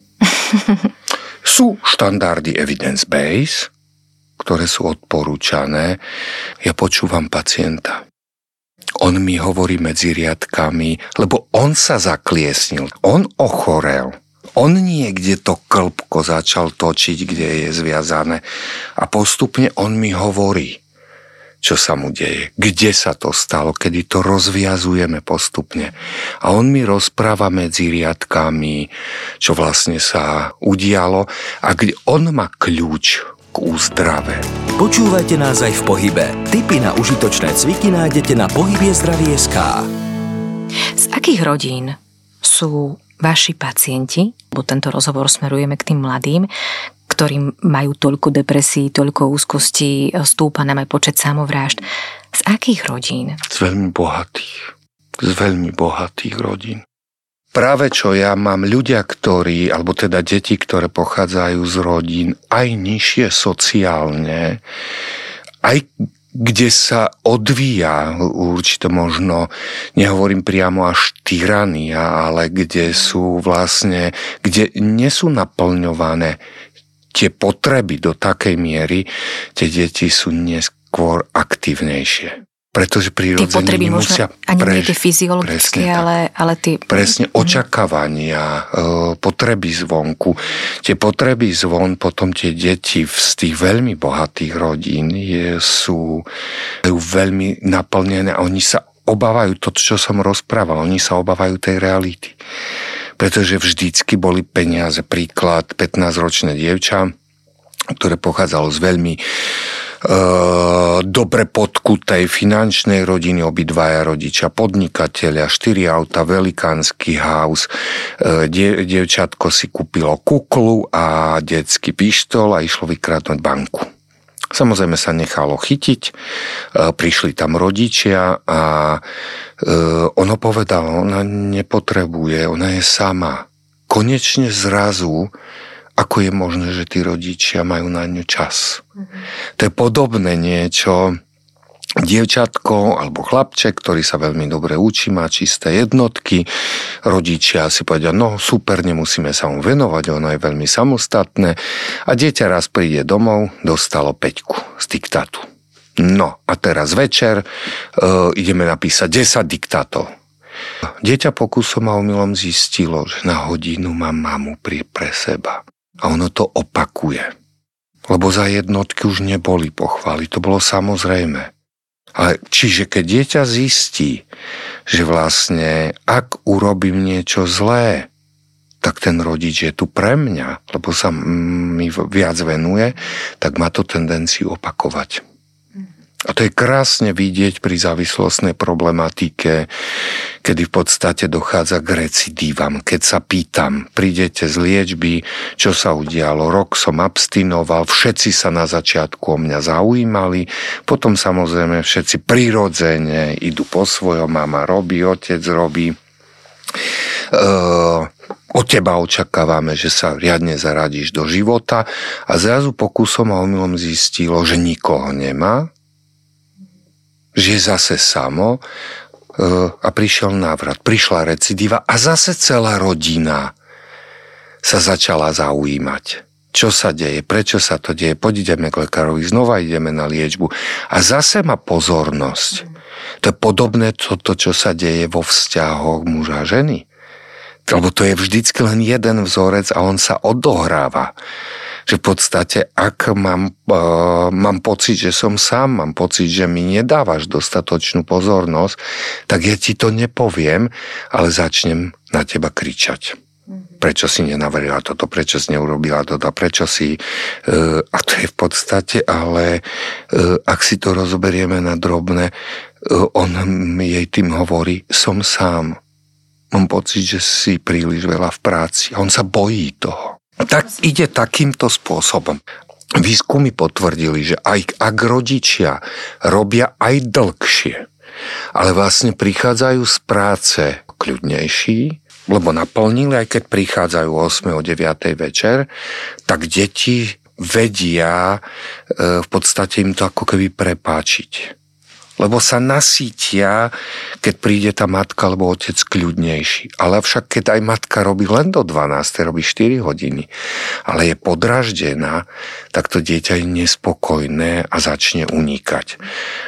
Sú štandardy evidence-based, ktoré sú odporúčané. Ja počúvam pacienta. On mi hovorí medzi riadkami, lebo on sa zakliesnil, on ochorel. On niekde to klbko začal točiť, kde je zviazané. A postupne on mi hovorí, čo sa mu deje, kde sa to stalo, kedy to rozviazujeme postupne. A on mi rozpráva medzi riadkami, čo vlastne sa udialo a kde on má kľúč k úzdrave. Počúvajte nás aj v pohybe. Tipy na užitočné cviky nájdete na pohybiezdravie bodka es ká. Z akých rodín sú vaši pacienti, bo tento rozhovor smerujeme k tým mladým, ktorým majú toľko depresí, toľko úzkostí, stúpa nám aj počet samovrážd. Z akých rodín? Z veľmi bohatých. Z veľmi bohatých rodín. Práve čo ja mám ľudia, ktorí, alebo teda deti, ktoré pochádzajú z rodín aj nižšie sociálne, aj kde sa odvíja určite možno, nehovorím priamo až tyrania, ale kde sú vlastne, kde nie sú naplňované tie potreby do takej miery, tie deti sú neskôr aktívnejšie. Pretože prirodzene musia prežiť. Ani nie tie fyziologické, ale, ale tie... Presne, očakávania, potreby zvonku. Tie potreby zvon, potom tie deti z tých veľmi bohatých rodín je, sú veľmi naplnené a oni sa obávajú to, čo som rozprával, oni sa obávajú tej reality. Pretože vždycky boli peniaze. Príklad, pätnásťročné dievča, ktoré pochádzalo z veľmi e, dobre podkutej finančnej rodiny, obidvaja rodičia podnikatelia, štyri auta, velikánsky house. E, die, dievčatko si kúpilo kuklu a detský pištol a išlo vykradnúť banku. Samozrejme sa nechalo chytiť, e, prišli tam rodičia a e, ono povedalo, ona nepotrebuje, ona je sama. Konečne zrazu, ako je možné, že tí rodičia majú na ňu čas. Mm-hmm. To je podobné niečo, dievčatko alebo chlapček, ktorý sa veľmi dobre učí, má čisté jednotky, rodičia si povedia, no super, nemusíme sa mu venovať, ono je veľmi samostatné a dieťa raz príde domov, dostalo päťku z diktátu. No a teraz večer e, ideme napísať desať diktátov. Dieťa pokusom a omylom zistilo, že na hodinu má mamu pre, pre seba. A ono to opakuje. Lebo za jednotky už neboli pochvály, to bolo samozrejme. Ale čiže keď dieťa zistí, že vlastne ak urobím niečo zlé, tak ten rodič je tu pre mňa, lebo sa mi viac venuje, tak má to tendenciu opakovať. A to je krásne vidieť pri závislostnej problematike, kedy v podstate dochádza k recidívam. Keď sa pýtam, prídete z liečby, čo sa udialo, rok som abstinoval, všetci sa na začiatku o mňa zaujímali, potom samozrejme všetci prirodzene idú po svojom, mama robí, otec robí. Uh, od teba očakávame, že sa riadne zaradíš do života a zrazu pokusom a omylom zistilo, že nikoho nemá, že je zase samo a prišiel návrat, prišla recidíva a zase celá rodina sa začala zaujímať. Čo sa deje, prečo sa to deje, poď ideme k lekárovi, znova ideme na liečbu a zase má pozornosť. To je podobné toto, čo sa deje vo vzťahoch muža a ženy. Lebo to je vždycky len jeden vzorec a on sa odohráva. Že v podstate, ak mám, uh, mám pocit, že som sám, mám pocit, že mi nedávaš dostatočnú pozornosť, tak ja ti to nepoviem, ale začnem na teba kričať. Prečo si nenavrila toto, prečo si neurobila toto, prečo si... Uh, a to je v podstate, ale uh, ak si to rozoberieme na drobné, uh, on jej tým hovorí, som sám. Mám pocit, že si príliš veľa v práci. A on sa bojí toho. Tak ide takýmto spôsobom. Výskumy potvrdili, že aj ak rodičia robia aj dlhšie, ale vlastne prichádzajú z práce kľudnejší, lebo naplnili, aj keď prichádzajú o ôsmej, o deviatej večer, tak deti vedia v podstate im to ako keby prepáčiť. Lebo sa nasítia, keď príde tá matka alebo otec kľudnejší. Ale však keď aj matka robí len do dvanástej, robí štyri hodiny, ale je podraždená, tak to dieťa je nespokojné a začne unikať.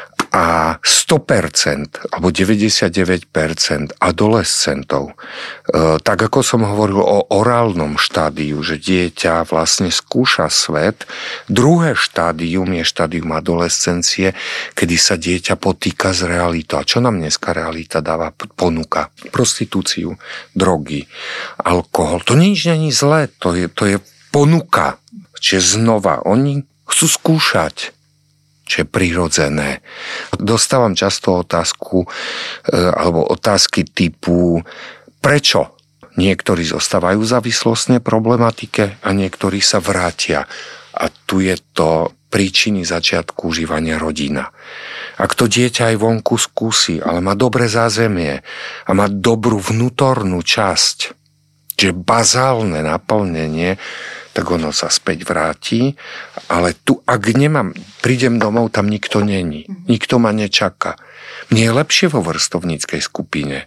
A sto percent alebo deväťdesiatdeväť percent adolescentov, e, tak ako som hovoril o orálnom štádiu, že dieťa vlastne skúša svet, druhé štádium je štádium adolescencie, kedy sa dieťa potýka s realitou. A čo nám dneska realita dáva? Ponúka prostitúciu, drogy, alkohol. To nič není zlé, to je, to je ponuka. Čiže znova, oni chcú skúšať, čo je prirodzené. Dostávam často otázku, alebo otázky typu, prečo niektorí zostávajú v závislostnej problematike a niektorí sa vrátia. A tu je to príčiny začiatku užívania rodina. Ak to dieťa aj vonku skúsi, ale má dobré zázemie a má dobrú vnútornú časť, čiže bazálne naplnenie, tak ono sa späť vráti, ale tu, ak nemám, prídem domov, tam nikto není. Nikto ma nečaká. Mne je lepšie vo vrstovníckej skupine,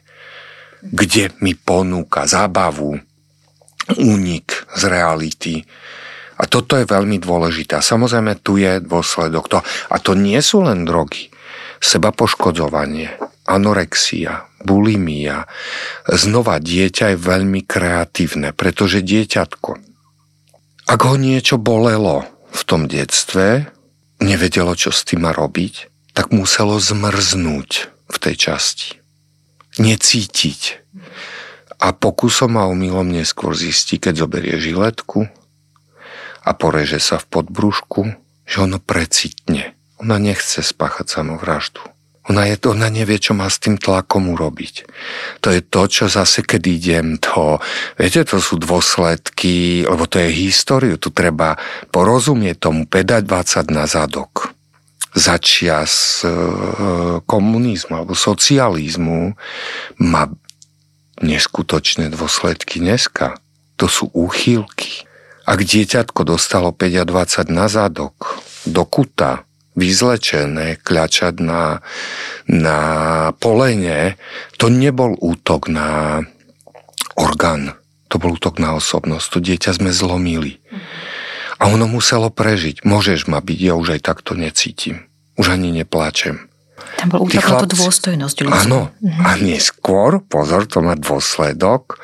kde mi ponúka zábavu, únik z reality. A toto je veľmi dôležité. A samozrejme, tu je dôsledok toho. A to nie sú len drogy. Sebapoškodzovanie, anorexia, bulimia. Znova, dieťa je veľmi kreatívne, pretože dieťatko, ak ho niečo bolelo v tom detstve, nevedelo, čo s tým má robiť, tak muselo zmrznúť v tej časti. Necítiť. A pokusom a omylom neskôr zistí, keď zoberie žiletku a poreže sa v podbrúšku, že ono precitne. Ona nechce spáchať samovraždu. Ona, je, ona nevie, čo má s tým tlakom urobiť. To je to, čo zase, keď idem, to, viete, to sú dôsledky, lebo to je históriu, tu treba porozumieť tomu, päť dvadsať na zadok. Začias e, komunizmu alebo socializmu má neskutočné dôsledky dneska. To sú úchylky. Ak dieťatko dostalo päť dvadsať na zadok, do kuta, vyzlečené, kľačať na, na polene, to nebol útok na orgán, to bol útok na osobnosť. To dieťa sme zlomili. A ono muselo prežiť. Môžeš ma byť, ja už aj takto necítim. Už ani nepláčem. Tam bol útok na tú dôstojnosť ľudí. Áno. Mhm. A neskôr, pozor, to má dôsledok.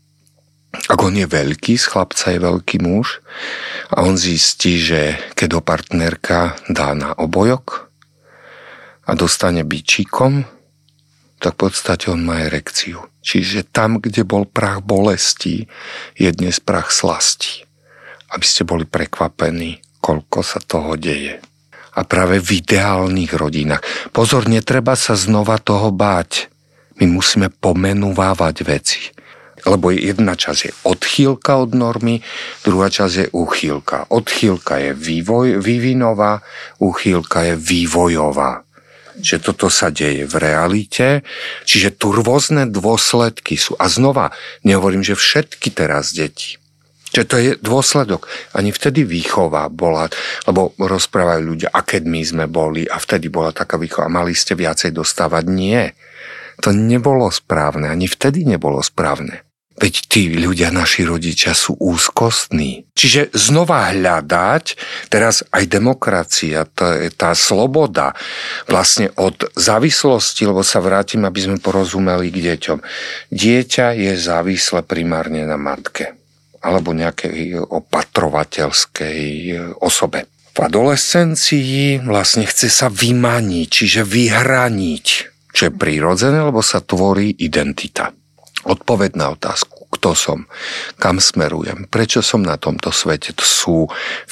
Ak on je veľký, z chlapca je veľký muž a on zistí, že keď ho partnerka dá na obojok a dostane bičíkom, tak v podstate on má erekciu. Čiže tam, kde bol prach bolesti, je dnes prach slasti. Aby ste boli prekvapení, koľko sa toho deje. A práve v ideálnych rodinách. Pozor, netreba sa znova toho báť. My musíme pomenúvávať veci. Lebo jedna časť je odchýlka od normy, druhá časť je úchýlka. Odchýlka je vývoj, vývinová, úchýlka je vývojová. Čiže toto sa deje v realite, čiže tu rôzne dôsledky sú. A znova, nehovorím, že všetky teraz deti. Čiže to je dôsledok. Ani vtedy výchova bola, lebo rozprávajú ľudia, a keď my sme boli, a vtedy bola taká výchova, a mali ste viacej dostávať. Nie. To nebolo správne, ani vtedy nebolo správne. Veď tí ľudia, naši rodičia, sú úzkostní. Čiže znova hľadať, teraz aj demokracia, tá, tá sloboda vlastne od závislosti, lebo sa vrátim, aby sme porozumeli k deťom. Dieťa je závislé primárne na matke alebo nejakej opatrovateľskej osobe. V adolescencii vlastne chce sa vymaniť, čiže vyhraniť, čo je prirodzené, lebo sa tvorí identita. Odpoveď na otázku, kto som, kam smerujem, prečo som na tomto svete, to sú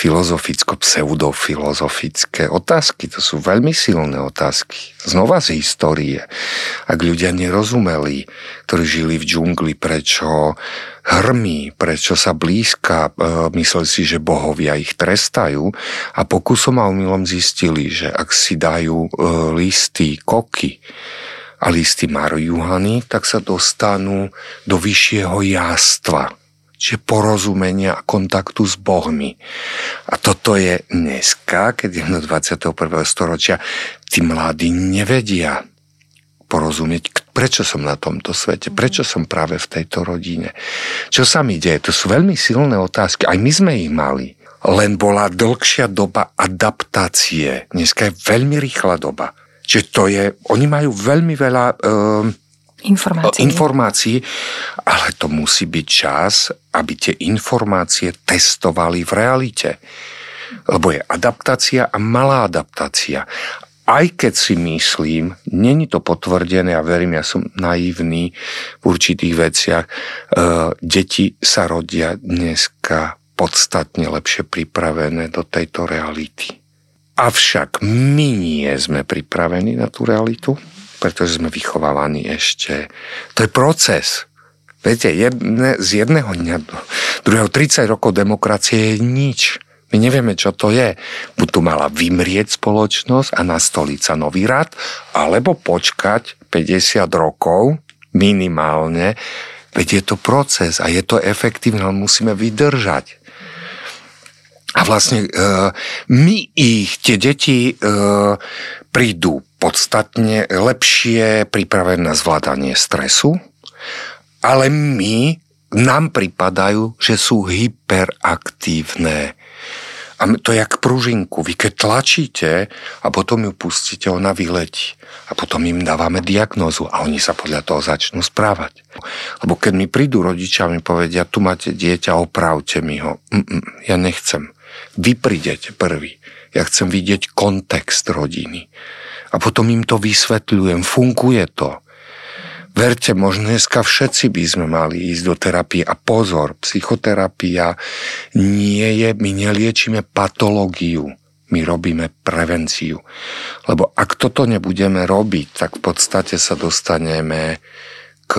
filozoficko-pseudofilozofické otázky, to sú veľmi silné otázky. Znova z histórie. Ak ľudia nerozumeli, ktorí žili v džungli, prečo hrmí, prečo sa blízka, mysleli si, že bohovia ich trestajú a pokusom a omylom zistili, že ak si dajú listy koky, a listy marihuany, tak sa dostanú do vyššieho jástva, čiže porozumenia a kontaktu s bohmi. A toto je dneska, keď je do dvadsiateho prvého storočia, tí mladí nevedia porozumieť, prečo som na tomto svete, prečo som práve v tejto rodine. Čo sa mi deje? To sú veľmi silné otázky. Aj my sme ich mali. Len bola dlhšia doba adaptácie. Dneska je veľmi rýchla doba. Čiže to je, oni majú veľmi veľa uh, informácií. informácií, ale to musí byť čas, aby tie informácie testovali v realite. Lebo je adaptácia a malá adaptácia. Aj keď si myslím, není to potvrdené, a verím, ja som naivný v určitých veciach, uh, deti sa rodia dneska podstatne lepšie pripravené do tejto reality. Avšak my nie sme pripravení na tú realitu, pretože sme vychovávaní ešte. To je proces. Viete, jedne, z jedného dňa do druhého tridsať rokov demokracie je nič. My nevieme, čo to je. Buď tu mala vymrieť spoločnosť a nastoliť sa nový rad, alebo počkať päťdesiat rokov minimálne. Veď je to proces a je to efektívne, ale musíme vydržať. A vlastne e, my ich, tie deti, e, prídu podstatne lepšie pripravené na zvládanie stresu, ale my, nám pripadajú, že sú hyperaktívne. A to je jak pružinku. Vy keď tlačíte a potom ju pustíte, ona vyletí. A potom im dávame diagnózu a oni sa podľa toho začnú správať. Lebo keď mi prídu rodičia a mi povedia, tu máte dieťa, opravte mi ho. Mm-mm, ja nechcem. Vy prídete prvý. Ja chcem vidieť kontext rodiny. A potom im to vysvetľujem. Funguje to. Verte, možno dneska všetci by sme mali ísť do terapie. A pozor, psychoterapia nie je, my neliečíme patológiu. My robíme prevenciu. Lebo ak toto nebudeme robiť, tak v podstate sa dostaneme k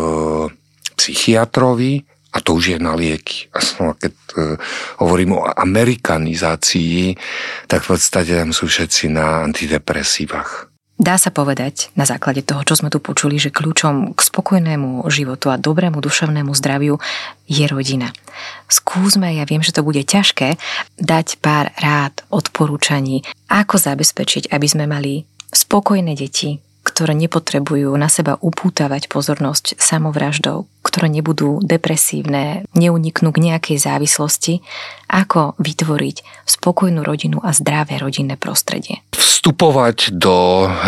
psychiatrovi, a to už je na lieky. A keď uh, hovorím o amerikanizácii, tak v podstate tam sú všetci na antidepresívach. Dá sa povedať na základe toho, čo sme tu počuli, že kľúčom k spokojnému životu a dobrému duševnému zdraviu je rodina. Skúsme, ja viem, že to bude ťažké, dať pár rád, odporúčaní, ako zabezpečiť, aby sme mali spokojné deti, ktoré nepotrebujú na seba upútavať pozornosť samovraždou, ktoré nebudú depresívne, neuniknú k nejakej závislosti, ako vytvoriť spokojnú rodinu a zdravé rodinné prostredie. Vstupovať do e,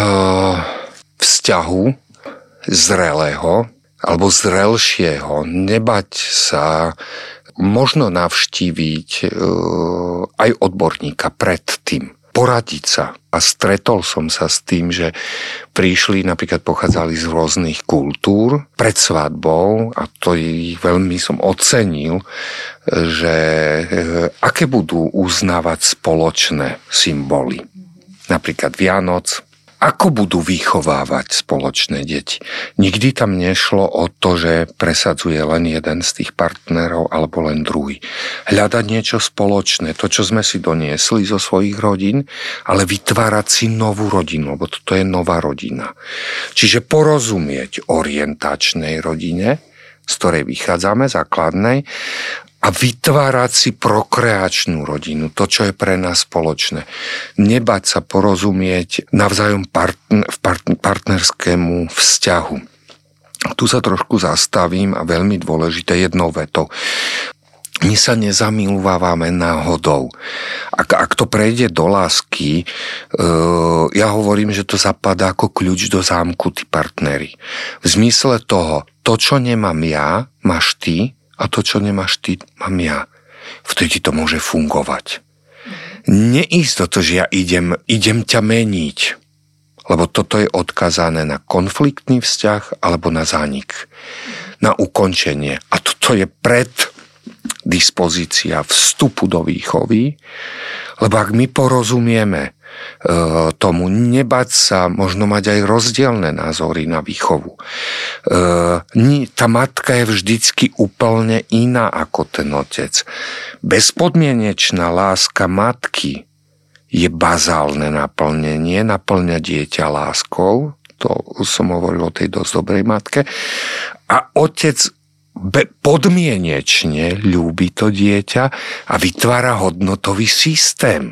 vzťahu zrelého alebo zrelšieho, nebať sa, možno navštíviť e, aj odborníka pred tým. poradiť sa. A stretol som sa s tým, že prišli, napríklad pochádzali z rôznych kultúr pred svadbou a to ich veľmi som ocenil, že aké budú uznávať spoločné symboly. Napríklad Vianoc, ako budú vychovávať spoločné deti. Nikdy tam nešlo o to, že presadzuje len jeden z tých partnerov alebo len druhý. Hľadať niečo spoločné, to, čo sme si doniesli zo svojich rodín, ale vytvárať si novú rodinu, lebo toto je nová rodina. Čiže porozumieť orientačnej rodine, z ktorej vychádzame, základnej, a vytvárať si prokreačnú rodinu, to, čo je pre nás spoločné. Nebať sa porozumieť navzájom partn- partn- partnerskému vzťahu. Tu sa trošku zastavím a veľmi dôležité jednou vetou. My sa nezamiluvávame náhodou. Ak, ak to prejde do lásky, e, ja hovorím, že to zapadá ako kľúč do zámku, tí partneri. V zmysle toho, to, čo nemám ja, máš ty, a to, čo nemáš ty, mám ja. Vtedy to môže fungovať. Neísť do toho, že ja idem, idem ťa meniť. Lebo toto je odkazané na konfliktný vzťah alebo na zánik. Na ukončenie. A toto je pred dispozícia vstupu do výchovy. Lebo ak my porozumieme tomu, nebať sa, možno mať aj rozdielne názory na výchovu. Tá matka je vždycky úplne iná ako ten otec. Bezpodmienečná láska matky je bazálne naplnenie, naplňa dieťa láskou, to som hovoril o tej dosť dobrej matke, a otec podmienečne ľúbi to dieťa a vytvára hodnotový systém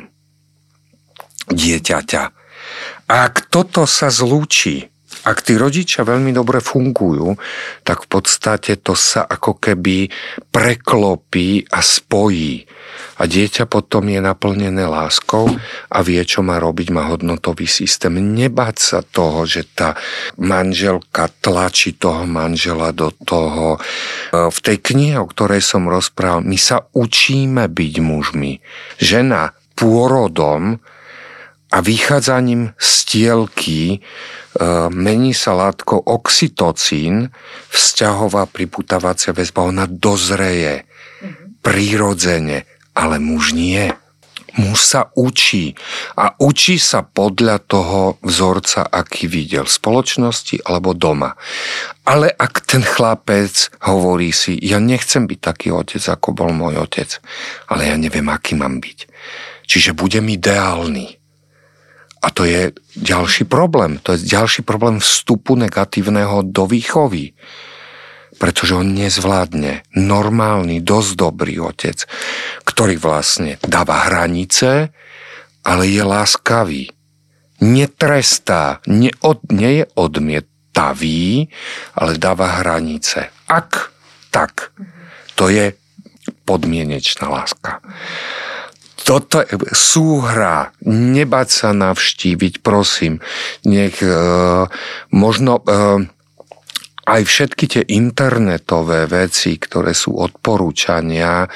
dieťaťa. A ak toto sa zlúči, ak tí rodičia veľmi dobre fungujú, tak v podstate to sa ako keby preklopí a spojí. A dieťa potom je naplnené láskou a vie, čo má robiť, má hodnotový systém. Nebáť sa toho, že tá manželka tlačí toho manžela do toho. V tej knihe, o ktorej som rozprával, my sa učíme byť mužmi. Žena pôrodom a vychádzaním z tielky e, mení sa látko oxytocín, vzťahová priputávacia väzba, ona dozreje mm-hmm. prirodzene, ale muž nie. Muž sa učí a učí sa podľa toho vzorca, aký videl v spoločnosti alebo doma. Ale ak ten chlapec hovorí si, ja nechcem byť taký otec, ako bol môj otec, ale ja neviem, aký mám byť. Čiže budem ideálny. A to je ďalší problém. To je ďalší problém vstupu negatívneho do výchovy. Pretože on nezvládne normálny, dosť dobrý otec, ktorý vlastne dáva hranice, ale je láskavý. Netrestá, neod, nie je odmietavý, ale dáva hranice. Ak tak, to je podmienečná láska. Toto je súhra, nebať sa navštíviť, prosím. Nech e, možno e, aj všetky tie internetové veci, ktoré sú odporúčania, e,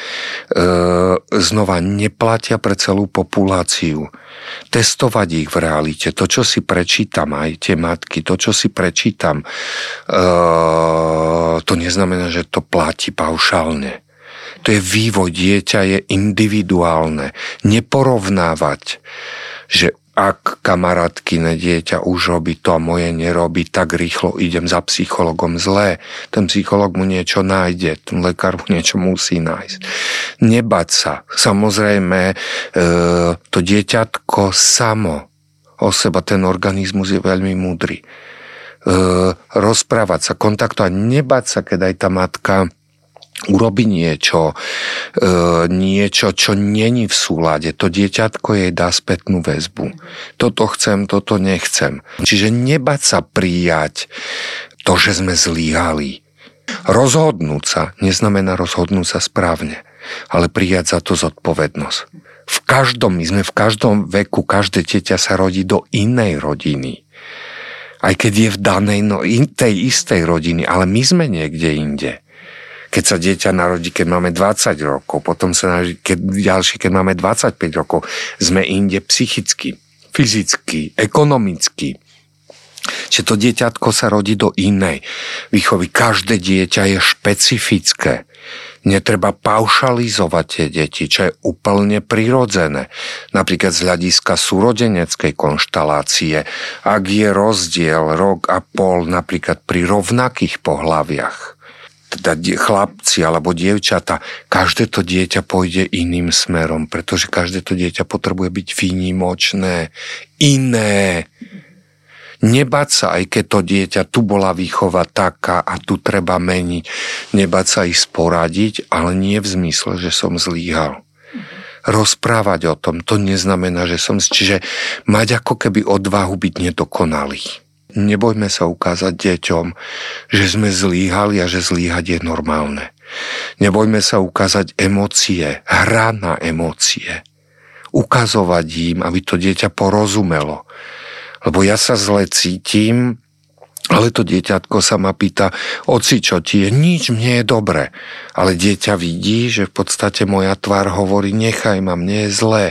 znova neplatia pre celú populáciu. Testovať ich v realite, to, čo si prečítam, aj tie matky, to, čo si prečítam, e, to neznamená, že to platí paušálne. To je vývoj, dieťa je individuálne. Neporovnávať, že ak kamarátkine dieťa už robí to a moje nerobí, tak rýchlo idem za psychologom. Zlé. Ten psycholog mu niečo nájde, ten lekár mu niečo musí nájsť. Nebať sa. Samozrejme, to dieťatko samo o seba, ten organizmus je veľmi múdry. Rozprávať sa, kontaktovať, nebať sa, keď aj tá matka urobi niečo, e, niečo, čo není v súlade. To dieťatko jej dá spätnú väzbu. Toto chcem, toto nechcem. Čiže nebať sa prijať to, že sme zlyhali. Rozhodnúť sa neznamená rozhodnúť sa správne, ale prijať za to zodpovednosť. V každom, my sme v každom veku, každé dieťa sa rodí do inej rodiny. Aj keď je v danej, no, in, tej istej rodiny, ale my sme niekde inde. keď sa dieťa narodí, keď máme dvadsať rokov, potom sa narodí, keď, ďalší, keď máme dvadsaťpäť rokov. Sme inde psychicky, fyzicky, ekonomicky. Čiže to dieťatko sa rodí do inej výchovy. Každé dieťa je špecifické. Netreba paušalizovať tie deti, čo je úplne prirodzené. Napríklad z hľadiska súrodeneckej konštalácie, ak je rozdiel rok a pol napríklad pri rovnakých pohlaviach, teda chlapci alebo dievčata, každé to dieťa pôjde iným smerom, pretože každé to dieťa potrebuje byť výnimočné, iné. Nebáť sa, aj keď to dieťa, tu bola výchova taká a tu treba meniť. Nebáť sa ich sporadiť, ale nie v zmysle, že som zlíhal. Rozprávať o tom, to neznamená, že som... Čiže mať ako keby odvahu byť nedokonalý. Nebojme sa ukázať deťom, že sme zlíhali a že zlíhať je normálne. Nebojme sa ukázať emócie, hra na emócie. Ukazovať im, aby to dieťa porozumelo. Lebo ja sa zle cítim, ale to dieťatko sa ma pýta, oci, čo ti je? Nič, mne je dobre. Ale dieťa vidí, že v podstate moja tvár hovorí, nechaj ma, mne je zlé.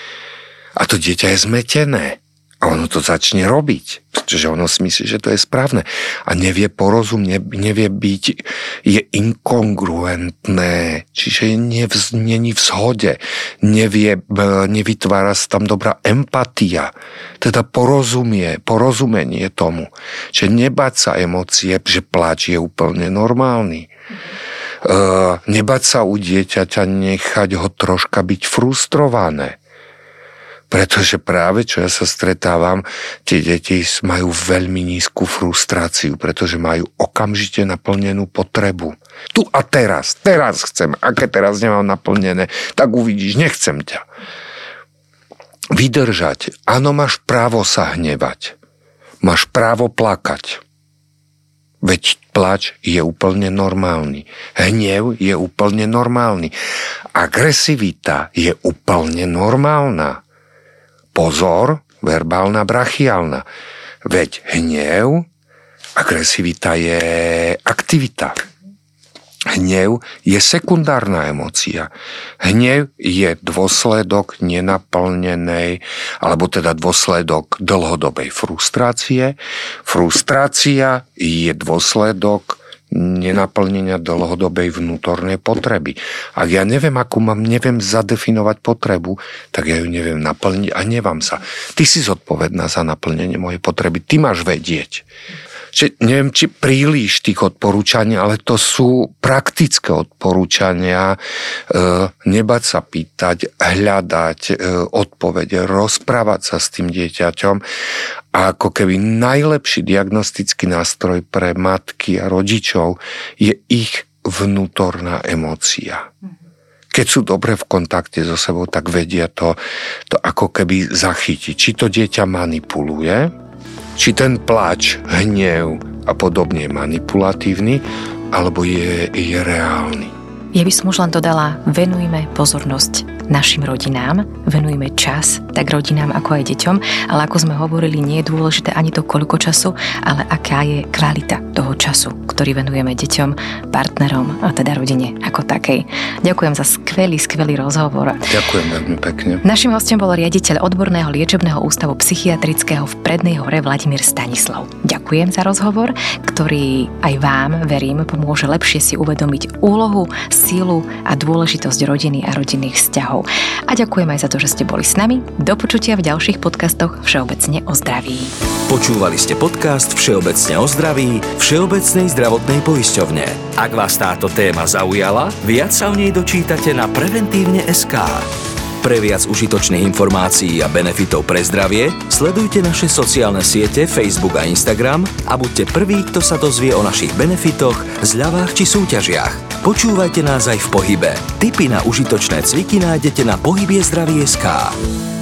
A to dieťa je zmetené. A ono to začne robiť, pretože ono si myslí, že to je správne. A nevie porozumieť, nevie byť, je inkongruentné, čiže není v zhode, nevie, nevytvára sa tam dobrá empatia, teda porozumie, porozumenie tomu. Čiže nebáť sa emócie, že pláč je úplne normálny. Uh, nebáť sa u dieťaťa, nechať ho troška byť frustrované. Pretože práve, čo ja sa stretávam, tie deti majú veľmi nízku frustráciu, pretože majú okamžite naplnenú potrebu. Tu a teraz, teraz chcem. A keď teraz nemám naplnené, tak uvidíš, nechcem ťa. Vydržať. Áno, máš právo sa hnevať. Máš právo plakať. Veď plač je úplne normálny. Hnev je úplne normálny. Agresivita je úplne normálna. Pozor, verbálna, brachiálna. Veď hnev, agresivita je aktivita. Hnev je sekundárna emócia. Hnev je dôsledok nenaplnenej, alebo teda dôsledok dlhodobej frustrácie. Frustrácia je dôsledok nenaplnenia dlhodobej vnútornej potreby. Ak ja neviem, akú mám, neviem zadefinovať potrebu, tak ja ju neviem naplniť a nevám sa. Ty si zodpovedná za naplnenie mojej potreby. Ty máš vedieť. Čiže neviem, či príliš tých odporúčaní, ale to sú praktické odporúčania. E, nebať sa pýtať, hľadať e, odpovede, rozprávať sa s tým dieťaťom. A ako keby najlepší diagnostický nástroj pre matky a rodičov je ich vnútorná emócia. Keď sú dobre v kontakte so sebou, tak vedia to, to ako keby zachytiť. Či to dieťa manipuluje, či ten pláč, hnev a podobne je manipulatívny, alebo je, je reálny. Ja by som už len dodala, venujme pozornosť našim rodinám, venujme čas tak rodinám ako aj deťom, ale ako sme hovorili, nie je dôležité ani to, koľko času, ale aká je kvalita toho času, ktorý venujeme deťom, partnerom a teda rodine ako takej. Ďakujem za skvelý, skvelý rozhovor. Ďakujem veľmi pekne. Naším hostom bol riaditeľ odborného liečebného ústavu psychiatrického v Prednej Hore Vladimír Stanislav. Ďakujem za rozhovor, ktorý aj vám, verím, pomôže lepšie si uvedomiť úlohu, sílu a dôležitosť rodiny a rodinných vzťahov. A ďakujem aj za to, že ste boli s nami. Do počutia v ďalších podcastoch Všeobecne o zdraví. Počúvali ste podcast Všeobecne o zdraví Všeobecnej zdravotnej poisťovne. Ak vás táto téma zaujala, viac sa o nej dočítate na preventívne bodka es ká. Pre viac užitočných informácií a benefitov pre zdravie sledujte naše sociálne siete Facebook a Instagram a buďte prví, kto sa dozvie o našich benefitoch, zľavách či súťažiach. Počúvajte nás aj v pohybe. Tipy na užitočné cviky nájdete na pohybiezdraví bodka es ká.